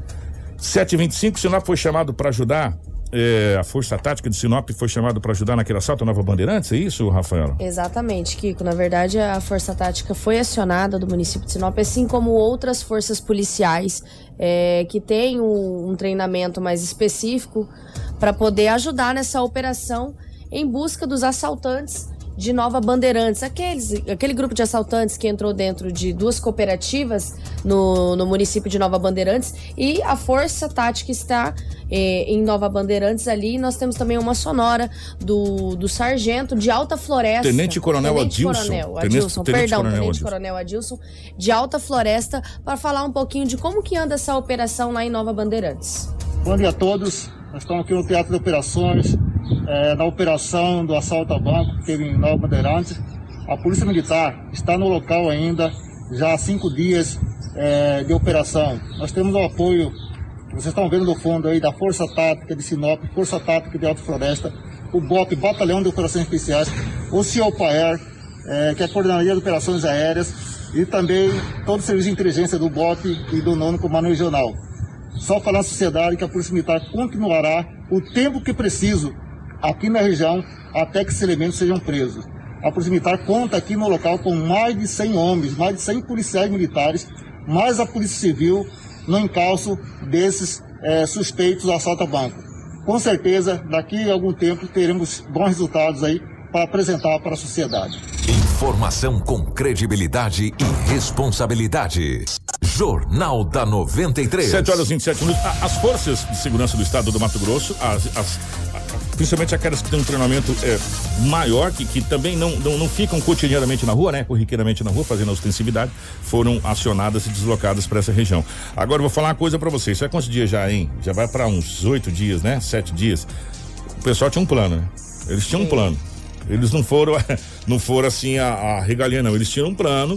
sete e vinte e cinco, o Sinop foi chamado para ajudar. É, a Força Tática de Sinop foi chamada para ajudar naquele assalto à Nova Bandeirantes, é isso, Rafaela? Exatamente, Kiko. Na verdade, a Força Tática foi acionada do município de Sinop, assim como outras forças policiais é, que têm um, um treinamento mais específico para poder ajudar nessa operação em busca dos assaltantes de Nova Bandeirantes, aqueles, aquele grupo de assaltantes que entrou dentro de duas cooperativas no, no município de Nova Bandeirantes, e a Força Tática está eh, em Nova Bandeirantes ali, e nós temos também uma sonora do, do sargento de Alta Floresta. Tenente Coronel Tenente Adilson. Coronel Tenente, Adilson, Tenente perdão, Coronel Tenente Adilson. Coronel Adilson, de Alta Floresta, para falar um pouquinho de como que anda essa operação lá em Nova Bandeirantes. Bom dia a todos, nós estamos aqui no Teatro de Operações, é, na operação do assalto a banco que teve em Nova Bandeirantes. A Polícia Militar está no local ainda, já há cinco dias é, de operação. Nós temos o apoio, vocês estão vendo no fundo aí, da Força Tática de Sinop, Força Tática de Alta Floresta, o B O P, Batalhão de Operações Especiais, o CIOPAER, é, que é a Coordenadoria de Operações Aéreas, e também todo o serviço de inteligência do B O P e do nono Comando Regional. Só falar à sociedade que a Polícia Militar continuará o tempo que preciso aqui na região até que esses elementos sejam presos. A Polícia Militar conta aqui no local com mais de cem homens, mais de cem policiais militares, mais a Polícia Civil no encalço desses é, suspeitos do assalto a banco. Com certeza, daqui a algum tempo teremos bons resultados aí para apresentar para a sociedade. Informação com credibilidade e responsabilidade. Jornal da noventa e três. sete horas e vinte e sete minutos. As forças de segurança do estado do Mato Grosso, as, as, principalmente aquelas que têm um treinamento é, maior, que, que também não, não, não ficam cotidianamente na rua, né? Corriqueiramente na rua, fazendo a ostensividade, foram acionadas e deslocadas para essa região. Agora eu vou falar uma coisa para vocês. Isso é quantos dias já, hein? Já vai para uns oito dias, né? Sete dias. O pessoal tinha um plano, né? Eles tinham um plano. Eles não foram, não foram assim a, a regalia, não. Eles tinham um plano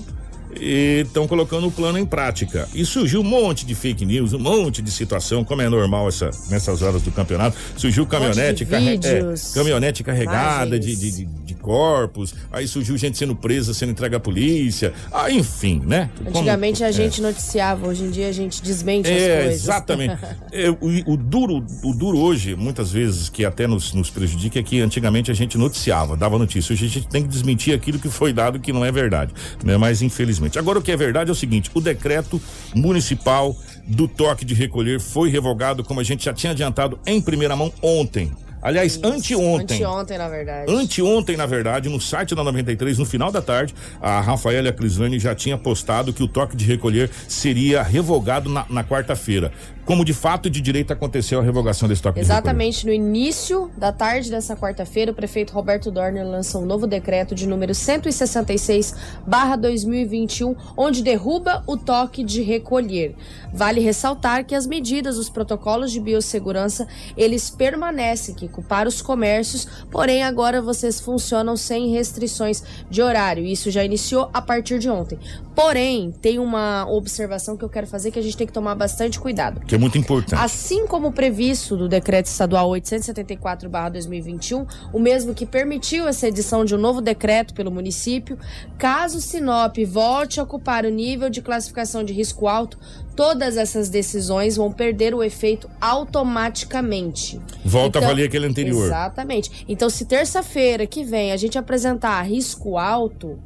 e estão colocando o plano em prática. E surgiu um monte de fake news, um monte de situação, como é normal essa, nessas horas do campeonato. Surgiu caminhonete, um carre... é, caminhonete carregada de, de, de, de corpos, aí surgiu gente sendo presa, sendo entregue à polícia, ah, enfim, né? Antigamente como, a gente é. noticiava, hoje em dia a gente desmente é, as coisas. Exatamente. é, o, o, duro, o duro hoje, muitas vezes, que até nos, nos prejudica, é que antigamente a gente noticiava, dava notícia. Hoje a gente tem que desmentir aquilo que foi dado que não é verdade, né? Mas infelizmente. Agora o que é verdade é o seguinte, o decreto municipal do toque de recolher foi revogado, como a gente já tinha adiantado em primeira mão ontem. Aliás, Isso, anteontem. Anteontem, na verdade. Anteontem, na verdade, no site da noventa e três, no final da tarde, a Rafaela Crislane já tinha postado que o toque de recolher seria revogado na, na quarta-feira. Como de fato e de direito aconteceu a revogação desse toque Exatamente, de recolher. No início da tarde dessa quarta-feira, o prefeito Roberto Dorner lançou um novo decreto de número cento e sessenta e seis barra dois mil e vinte e um, onde derruba o toque de recolher. Vale ressaltar que as medidas, os protocolos de biossegurança, eles permanecem, que para os comércios, porém agora vocês funcionam sem restrições de horário. Isso já iniciou a partir de ontem. Porém, tem uma observação que eu quero fazer que a gente tem que tomar bastante cuidado. Que é muito importante. Assim como previsto do decreto estadual oitocentos e setenta e quatro barra dois mil e vinte e um, o mesmo que permitiu essa edição de um novo decreto pelo município, caso Sinop volte a ocupar o nível de classificação de risco alto, todas essas decisões vão perder o efeito automaticamente. Volta então, a valer aquele anterior. Exatamente. Então, se terça-feira que vem a gente apresentar risco alto,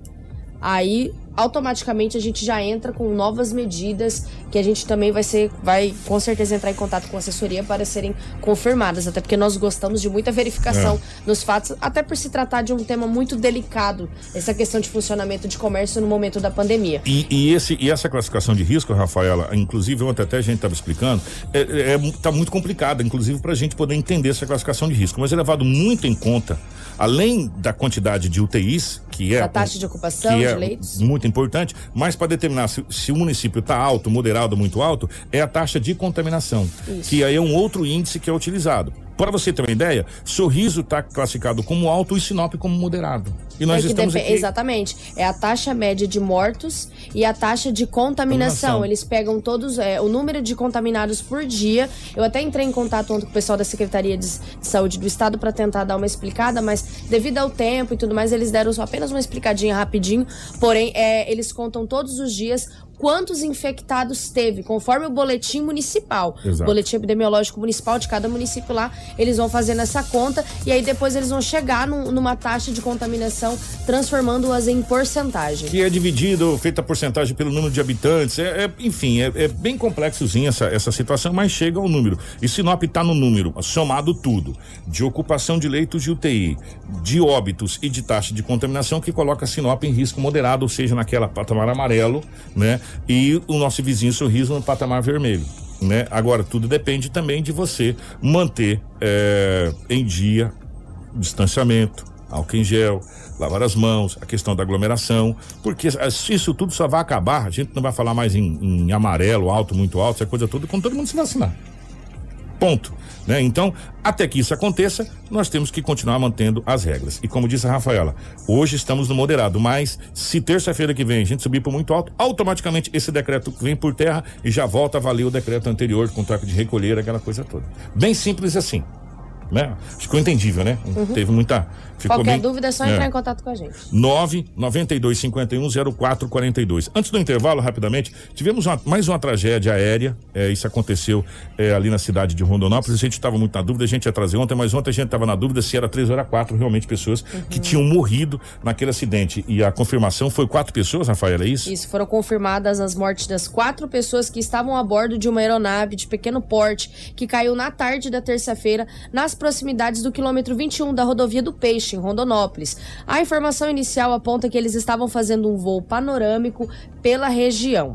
aí automaticamente a gente já entra com novas medidas que a gente também vai ser, vai com certeza entrar em contato com a assessoria para serem confirmadas, até porque nós gostamos de muita verificação é. nos fatos, até por se tratar de um tema muito delicado, essa questão de funcionamento de comércio no momento da pandemia. E, e, esse, e essa classificação de risco, Rafaela, inclusive ontem até a gente estava explicando, é, é, tá muito complicada, inclusive para a gente poder entender essa classificação de risco, mas é levado muito em conta, além da quantidade de U T Is, que é a taxa de ocupação que de é leitos, muito importante, mas para determinar se, se o município está alto, moderado, muito alto, é a taxa de contaminação, Isso. que aí é um outro índice que é utilizado. Para você ter uma ideia, Sorriso está classificado como alto e Sinop como moderado. E nós é estamos dep- aqui... Exatamente. É a taxa média de mortos e a taxa de contaminação. contaminação. Eles pegam todos, é, o número de contaminados por dia. Eu até entrei em contato ontem com o pessoal da Secretaria de, de Saúde do Estado para tentar dar uma explicada, mas devido ao tempo e tudo mais, eles deram só apenas uma explicadinha rapidinho. Porém, é, eles contam todos os dias quantos infectados teve, conforme o boletim municipal. Exato. Boletim epidemiológico municipal de cada município lá, eles vão fazendo essa conta e aí depois eles vão chegar num, numa taxa de contaminação, transformando-as em porcentagem. Que é dividido, feita a porcentagem pelo número de habitantes, é, é, enfim, é, é bem complexozinha essa, essa situação, mas chega ao número. E Sinop está no número, somado tudo, de ocupação de leitos de U T I, de óbitos e de taxa de contaminação, que coloca Sinop em risco moderado, ou seja, naquela patamar amarelo, né? E o nosso vizinho Sorriso no patamar vermelho, né? Agora, tudo depende também de você manter é, em dia distanciamento, álcool em gel, lavar as mãos, a questão da aglomeração, porque isso tudo só vai acabar, a gente não vai falar mais em, em amarelo, alto, muito alto, essa coisa toda, quando todo mundo se vacinar. Ponto. Né? Então, até que isso aconteça, nós temos que continuar mantendo as regras. E como disse a Rafaela, hoje estamos no moderado, mas se terça-feira que vem a gente subir para muito alto, automaticamente esse decreto vem por terra e já volta a valer o decreto anterior com toque de recolher, aquela coisa toda. Bem simples assim. Né? Ficou entendível, né? Uhum. Teve muita... Ficou Qualquer bem, dúvida é só entrar é. em contato com a gente. nove nove dois cinco um zero quatro quatro dois. Antes do intervalo, rapidamente, tivemos uma, mais uma tragédia aérea. É, isso aconteceu é, ali na cidade de Rondonópolis. A gente estava muito na dúvida, a gente ia trazer ontem, mas ontem a gente estava na dúvida se era três ou era quatro realmente pessoas uhum. que tinham morrido naquele acidente. E a confirmação foi quatro pessoas, Rafaela, é isso? Isso, foram confirmadas as mortes das quatro pessoas que estavam a bordo de uma aeronave de pequeno porte que caiu na tarde da terça-feira nas proximidades do quilômetro vinte e um da rodovia do Peixe, em Rondonópolis. A informação inicial aponta que eles estavam fazendo um voo panorâmico pela região.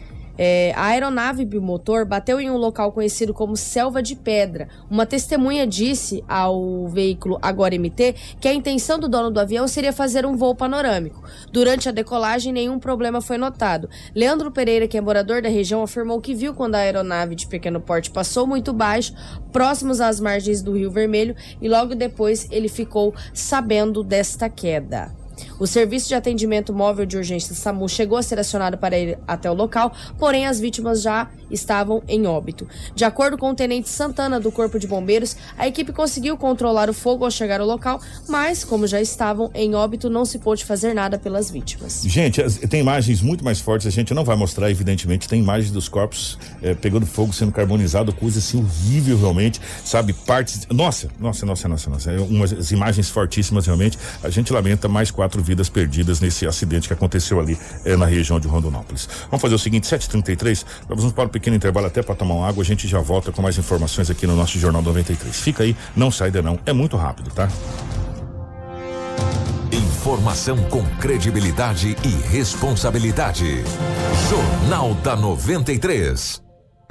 É, a aeronave bimotor bateu em um local conhecido como Selva de Pedra. Uma testemunha disse ao veículo Agora M T que a intenção do dono do avião seria fazer um voo panorâmico. Durante a decolagem, nenhum problema foi notado. Leandro Pereira, que é morador da região, afirmou que viu quando a aeronave de pequeno porte passou muito baixo, próximos às margens do Rio Vermelho, e logo depois ele ficou sabendo desta queda. O serviço de atendimento móvel de urgência SAMU chegou a ser acionado para ir até o local, porém as vítimas já estavam em óbito. De acordo com o tenente Santana do Corpo de Bombeiros, a equipe conseguiu controlar o fogo ao chegar ao local, mas como já estavam em óbito, não se pôde fazer nada pelas vítimas. Gente, tem imagens muito mais fortes, a gente não vai mostrar, evidentemente, tem imagens dos corpos é, pegando fogo, sendo carbonizado, coisa assim horrível realmente, sabe, partes, nossa, nossa, nossa, nossa, nossa, é umas imagens fortíssimas realmente. A gente lamenta mais quatro vidas perdidas nesse acidente que aconteceu ali é, na região de Rondonópolis. Vamos fazer o seguinte, sete e trinta e três, nós vamos para um pequeno intervalo até para tomar uma água, a gente já volta com mais informações aqui no nosso Jornal noventa e três. Fica aí, não sai daí não, é muito rápido, tá? Informação com credibilidade e responsabilidade. Jornal da noventa e três.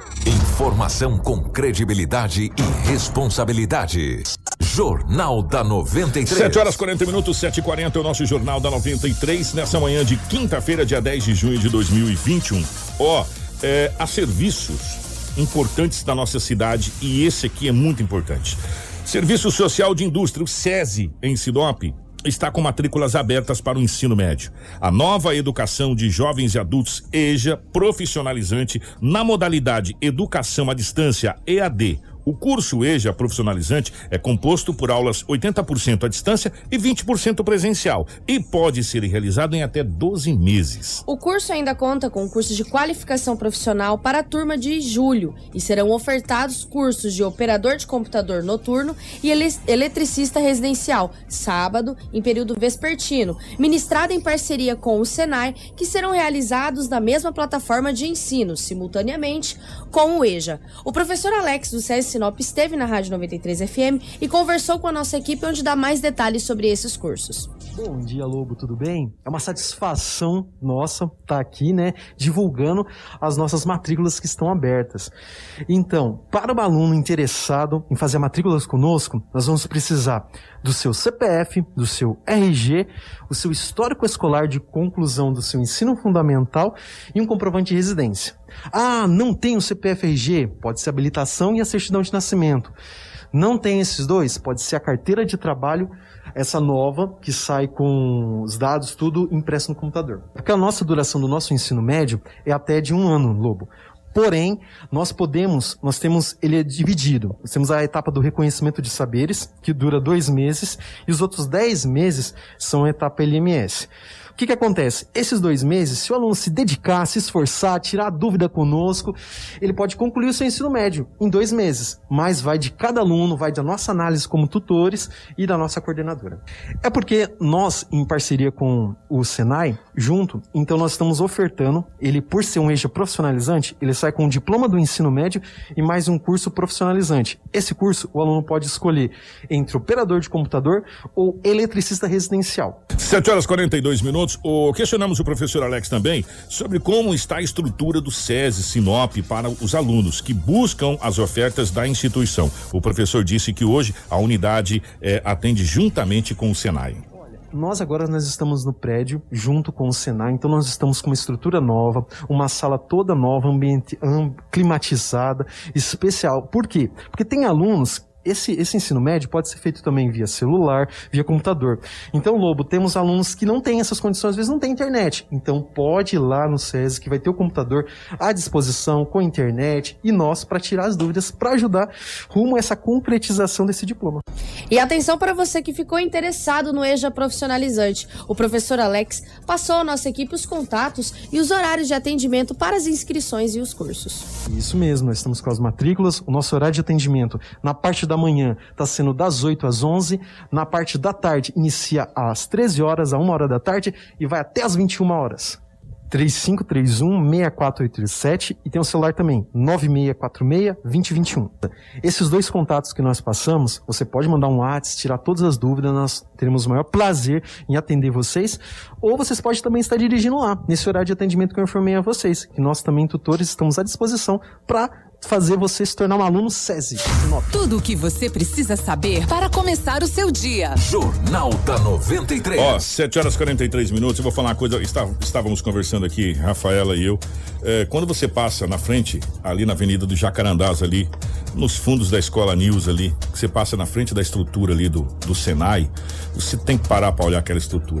Informação com credibilidade e responsabilidade. Jornal da noventa e três. sete horas e quarenta minutos, sete e quarenta é o nosso Jornal da noventa e três, nessa manhã de quinta-feira, dia dez de junho de dois mil e vinte e um. Ó, é, há serviços importantes da nossa cidade e esse aqui é muito importante. Serviço Social de Indústria, o SESI, em Sinop, está com matrículas abertas para o ensino médio. A nova educação de jovens e adultos EJA profissionalizante na modalidade Educação à Distância E A D. O curso EJA profissionalizante é composto por aulas oitenta por cento à distância e vinte por cento presencial e pode ser realizado em até doze meses. O curso ainda conta com cursos de qualificação profissional para a turma de julho e serão ofertados cursos de operador de computador noturno e ele- eletricista residencial, sábado, em período vespertino, ministrado em parceria com o Senai, que serão realizados na mesma plataforma de ensino, simultaneamente com o EJA. O professor Alex do SESI Sinop esteve na Rádio noventa e três F M e conversou com a nossa equipe, onde dá mais detalhes sobre esses cursos. Bom dia, Lobo, tudo bem? É uma satisfação nossa estar aqui, né, divulgando as nossas matrículas que estão abertas. Então, para o aluno interessado em fazer matrículas conosco, nós vamos precisar do seu C P F, do seu R G, o seu histórico escolar de conclusão do seu ensino fundamental e um comprovante de residência. Ah, não tem o C P F R G? Pode ser a habilitação e a certidão de nascimento. Não tem esses dois? Pode ser a carteira de trabalho, essa nova, que sai com os dados, tudo impresso no computador. Porque a nossa duração do nosso ensino médio é até de um ano, Lobo. Porém, nós podemos, nós temos, ele é dividido. Nós temos a etapa do reconhecimento de saberes, que dura dois meses, e os outros dez meses são a etapa L M S. O que que acontece? Esses dois meses, se o aluno se dedicar, se esforçar, tirar dúvida conosco, ele pode concluir o seu ensino médio em dois meses. Mas vai de cada aluno, vai da nossa análise como tutores e da nossa coordenadora. É porque nós, em parceria com o Senai, junto, então nós estamos ofertando, ele por ser um EJA profissionalizante, ele sai com um diploma do ensino médio e mais um curso profissionalizante. Esse curso, o aluno pode escolher entre operador de computador ou eletricista residencial. sete horas e quarenta e dois minutos. O, questionamos o professor Alex também sobre como está a estrutura do SESI Sinop para os alunos que buscam as ofertas da instituição. O professor disse que hoje a unidade eh, atende juntamente com o Senai. Nós agora nós estamos no prédio, junto com o Senai, então nós estamos com uma estrutura nova, uma sala toda nova, ambiente um, climatizada, especial. Por quê? Porque tem alunos... Esse, esse ensino médio pode ser feito também via celular, via computador. Então, Lobo, temos alunos que não têm essas condições, às vezes não tem internet. Então, pode ir lá no SESI, que vai ter o computador à disposição, com internet, e nós, para tirar as dúvidas, para ajudar rumo a essa concretização desse diploma. E atenção para você que ficou interessado no EJA profissionalizante. O professor Alex passou à nossa equipe os contatos e os horários de atendimento para as inscrições e os cursos. Isso mesmo, nós estamos com as matrículas. O nosso horário de atendimento na parte da manhã está sendo das oito às onze, na parte da tarde inicia às treze horas, a uma hora da tarde e vai até às vinte e uma horas. três cinco três um, seis quatro oito sete e tem o celular também, nove seis quatro seis, dois zero dois um. Esses dois contatos que nós passamos, você pode mandar um WhatsApp, tirar todas as dúvidas, nós teremos o maior prazer em atender vocês, ou vocês podem também estar dirigindo lá, nesse horário de atendimento que eu informei a vocês, que nós também, tutores, estamos à disposição para fazer você se tornar um aluno SESI. Tudo o que você precisa saber para começar o seu dia. Jornal da noventa e três. Ó, sete horas e quarenta e três minutos. Eu vou falar uma coisa. Está, estávamos conversando aqui, Rafaela e eu. É, quando você passa na frente, ali na Avenida do Jacarandás, ali, nos fundos da Escola News ali, que você passa na frente da estrutura ali do, do Senai, você tem que parar para olhar aquela estrutura.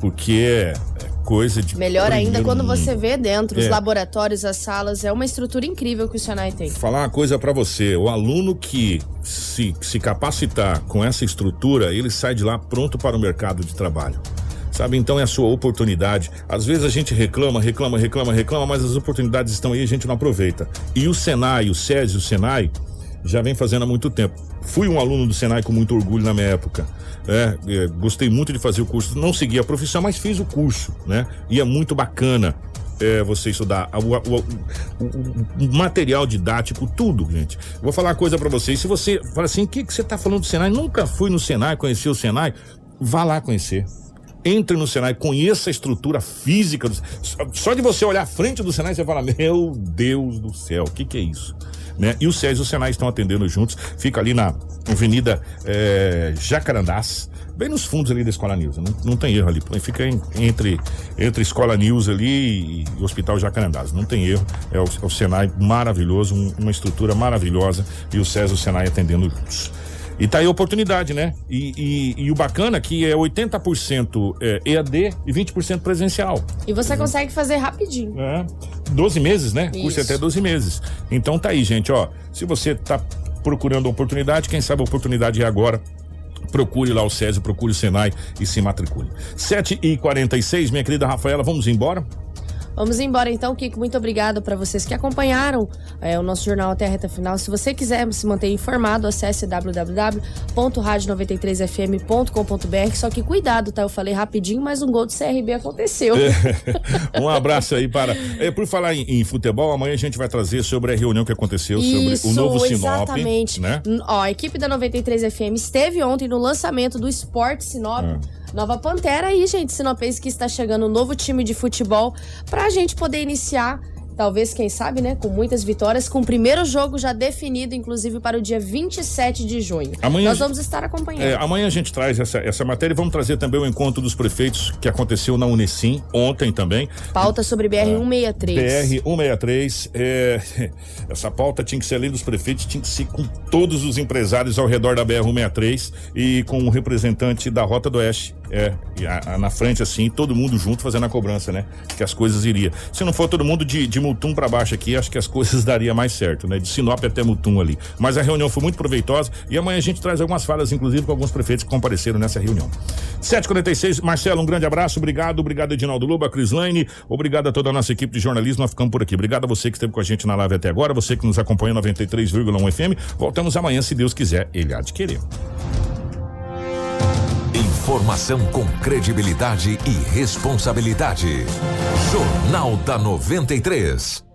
porque é coisa de... Melhor ainda quando mundo. você vê dentro, os É. laboratórios, as salas, é uma estrutura incrível que o Senai tem. Falar uma coisa pra você, o aluno que se, se capacitar com essa estrutura, ele sai de lá pronto para o mercado de trabalho. Sabe, então é a sua oportunidade. Às vezes a gente reclama, reclama, reclama, reclama, mas as oportunidades estão aí e a gente não aproveita. E o Senai, o SESI, o Senai, já vem fazendo há muito tempo. Fui um aluno do Senai com muito orgulho na minha época. É, é, gostei muito de fazer o curso. Não segui a profissão, mas fiz o curso, né? E é muito bacana é, você estudar o, o, o, o material didático, tudo, gente. Vou falar uma coisa pra vocês. Se você fala assim, o que, que você tá falando do Senai? Nunca fui no Senai, conheci o Senai. Vá lá conhecer. Entre no Senai, conheça a estrutura física. Do, só de você olhar à frente do Senai, você fala, meu Deus do céu, o que que é isso? Né? E o SESI e o Senai estão atendendo juntos. Fica ali na Avenida é, Jacarandás, bem nos fundos ali da Escola Nilza. Não, não tem erro ali. Fica em, entre, entre Escola Nilza ali e, e Hospital Jacarandás. Não tem erro. É o, é o Senai maravilhoso, um, uma estrutura maravilhosa. E o SESI e o Senai atendendo juntos. E tá aí a oportunidade, né? E, e, e o bacana é que é oitenta por cento é, E A D e vinte por cento presencial. E você consegue fazer rapidinho. É, doze meses, né? Isso. Curso é até doze meses. Então tá aí, gente, ó. Se você tá procurando oportunidade, quem sabe a oportunidade é agora. Procure lá o SESI, procure o Senai e se matricule. sete e quarenta e seis, minha querida Rafaela, vamos embora? Vamos embora então, Kiko. Muito obrigado para vocês que acompanharam é, o nosso jornal até a reta final. Se você quiser se manter informado, acesse w w w ponto rádio noventa e três f m ponto com ponto b r. Só que cuidado, tá? Eu falei rapidinho, mas um gol do C R B aconteceu. É. Um abraço aí para... É, por falar em, em futebol, amanhã a gente vai trazer sobre a reunião que aconteceu, Isso, sobre o novo Sinop. Exatamente. Né? Ó, a equipe da noventa e três F M esteve ontem no lançamento do Sport Sinop. É. Nova Pantera aí, gente, sinopense, que está chegando um novo time de futebol pra gente poder iniciar, talvez, quem sabe, né, com muitas vitórias, com o primeiro jogo já definido, inclusive, para o dia vinte e sete de junho. Amanhã, Nós vamos estar acompanhando. É, amanhã a gente traz essa, essa matéria e vamos trazer também o encontro dos prefeitos que aconteceu na Unesim, ontem também. Pauta sobre B R cento e sessenta e três. B R cento e sessenta e três, é, essa pauta tinha que ser além dos prefeitos, tinha que ser com todos os empresários ao redor da B R cento e sessenta e três e com o representante da Rota do Oeste. É, e a, a, na frente assim, todo mundo junto fazendo a cobrança, né? Que as coisas iriam. Se não for todo mundo de, de Mutum pra baixo aqui, acho que as coisas daria mais certo, né? De Sinop até Mutum ali. Mas a reunião foi muito proveitosa e amanhã a gente traz algumas falas, inclusive com alguns prefeitos que compareceram nessa reunião. sete e quarenta e seis, Marcelo, um grande abraço, obrigado, obrigado Edinaldo Lobo, a Crislaine, obrigado a toda a nossa equipe de jornalismo, nós ficamos por aqui. Obrigado a você que esteve com a gente na live até agora, você que nos acompanha noventa e três vírgula um F M. Voltamos amanhã, se Deus quiser, ele há de querer. Informação com credibilidade e responsabilidade. Jornal da noventa e três.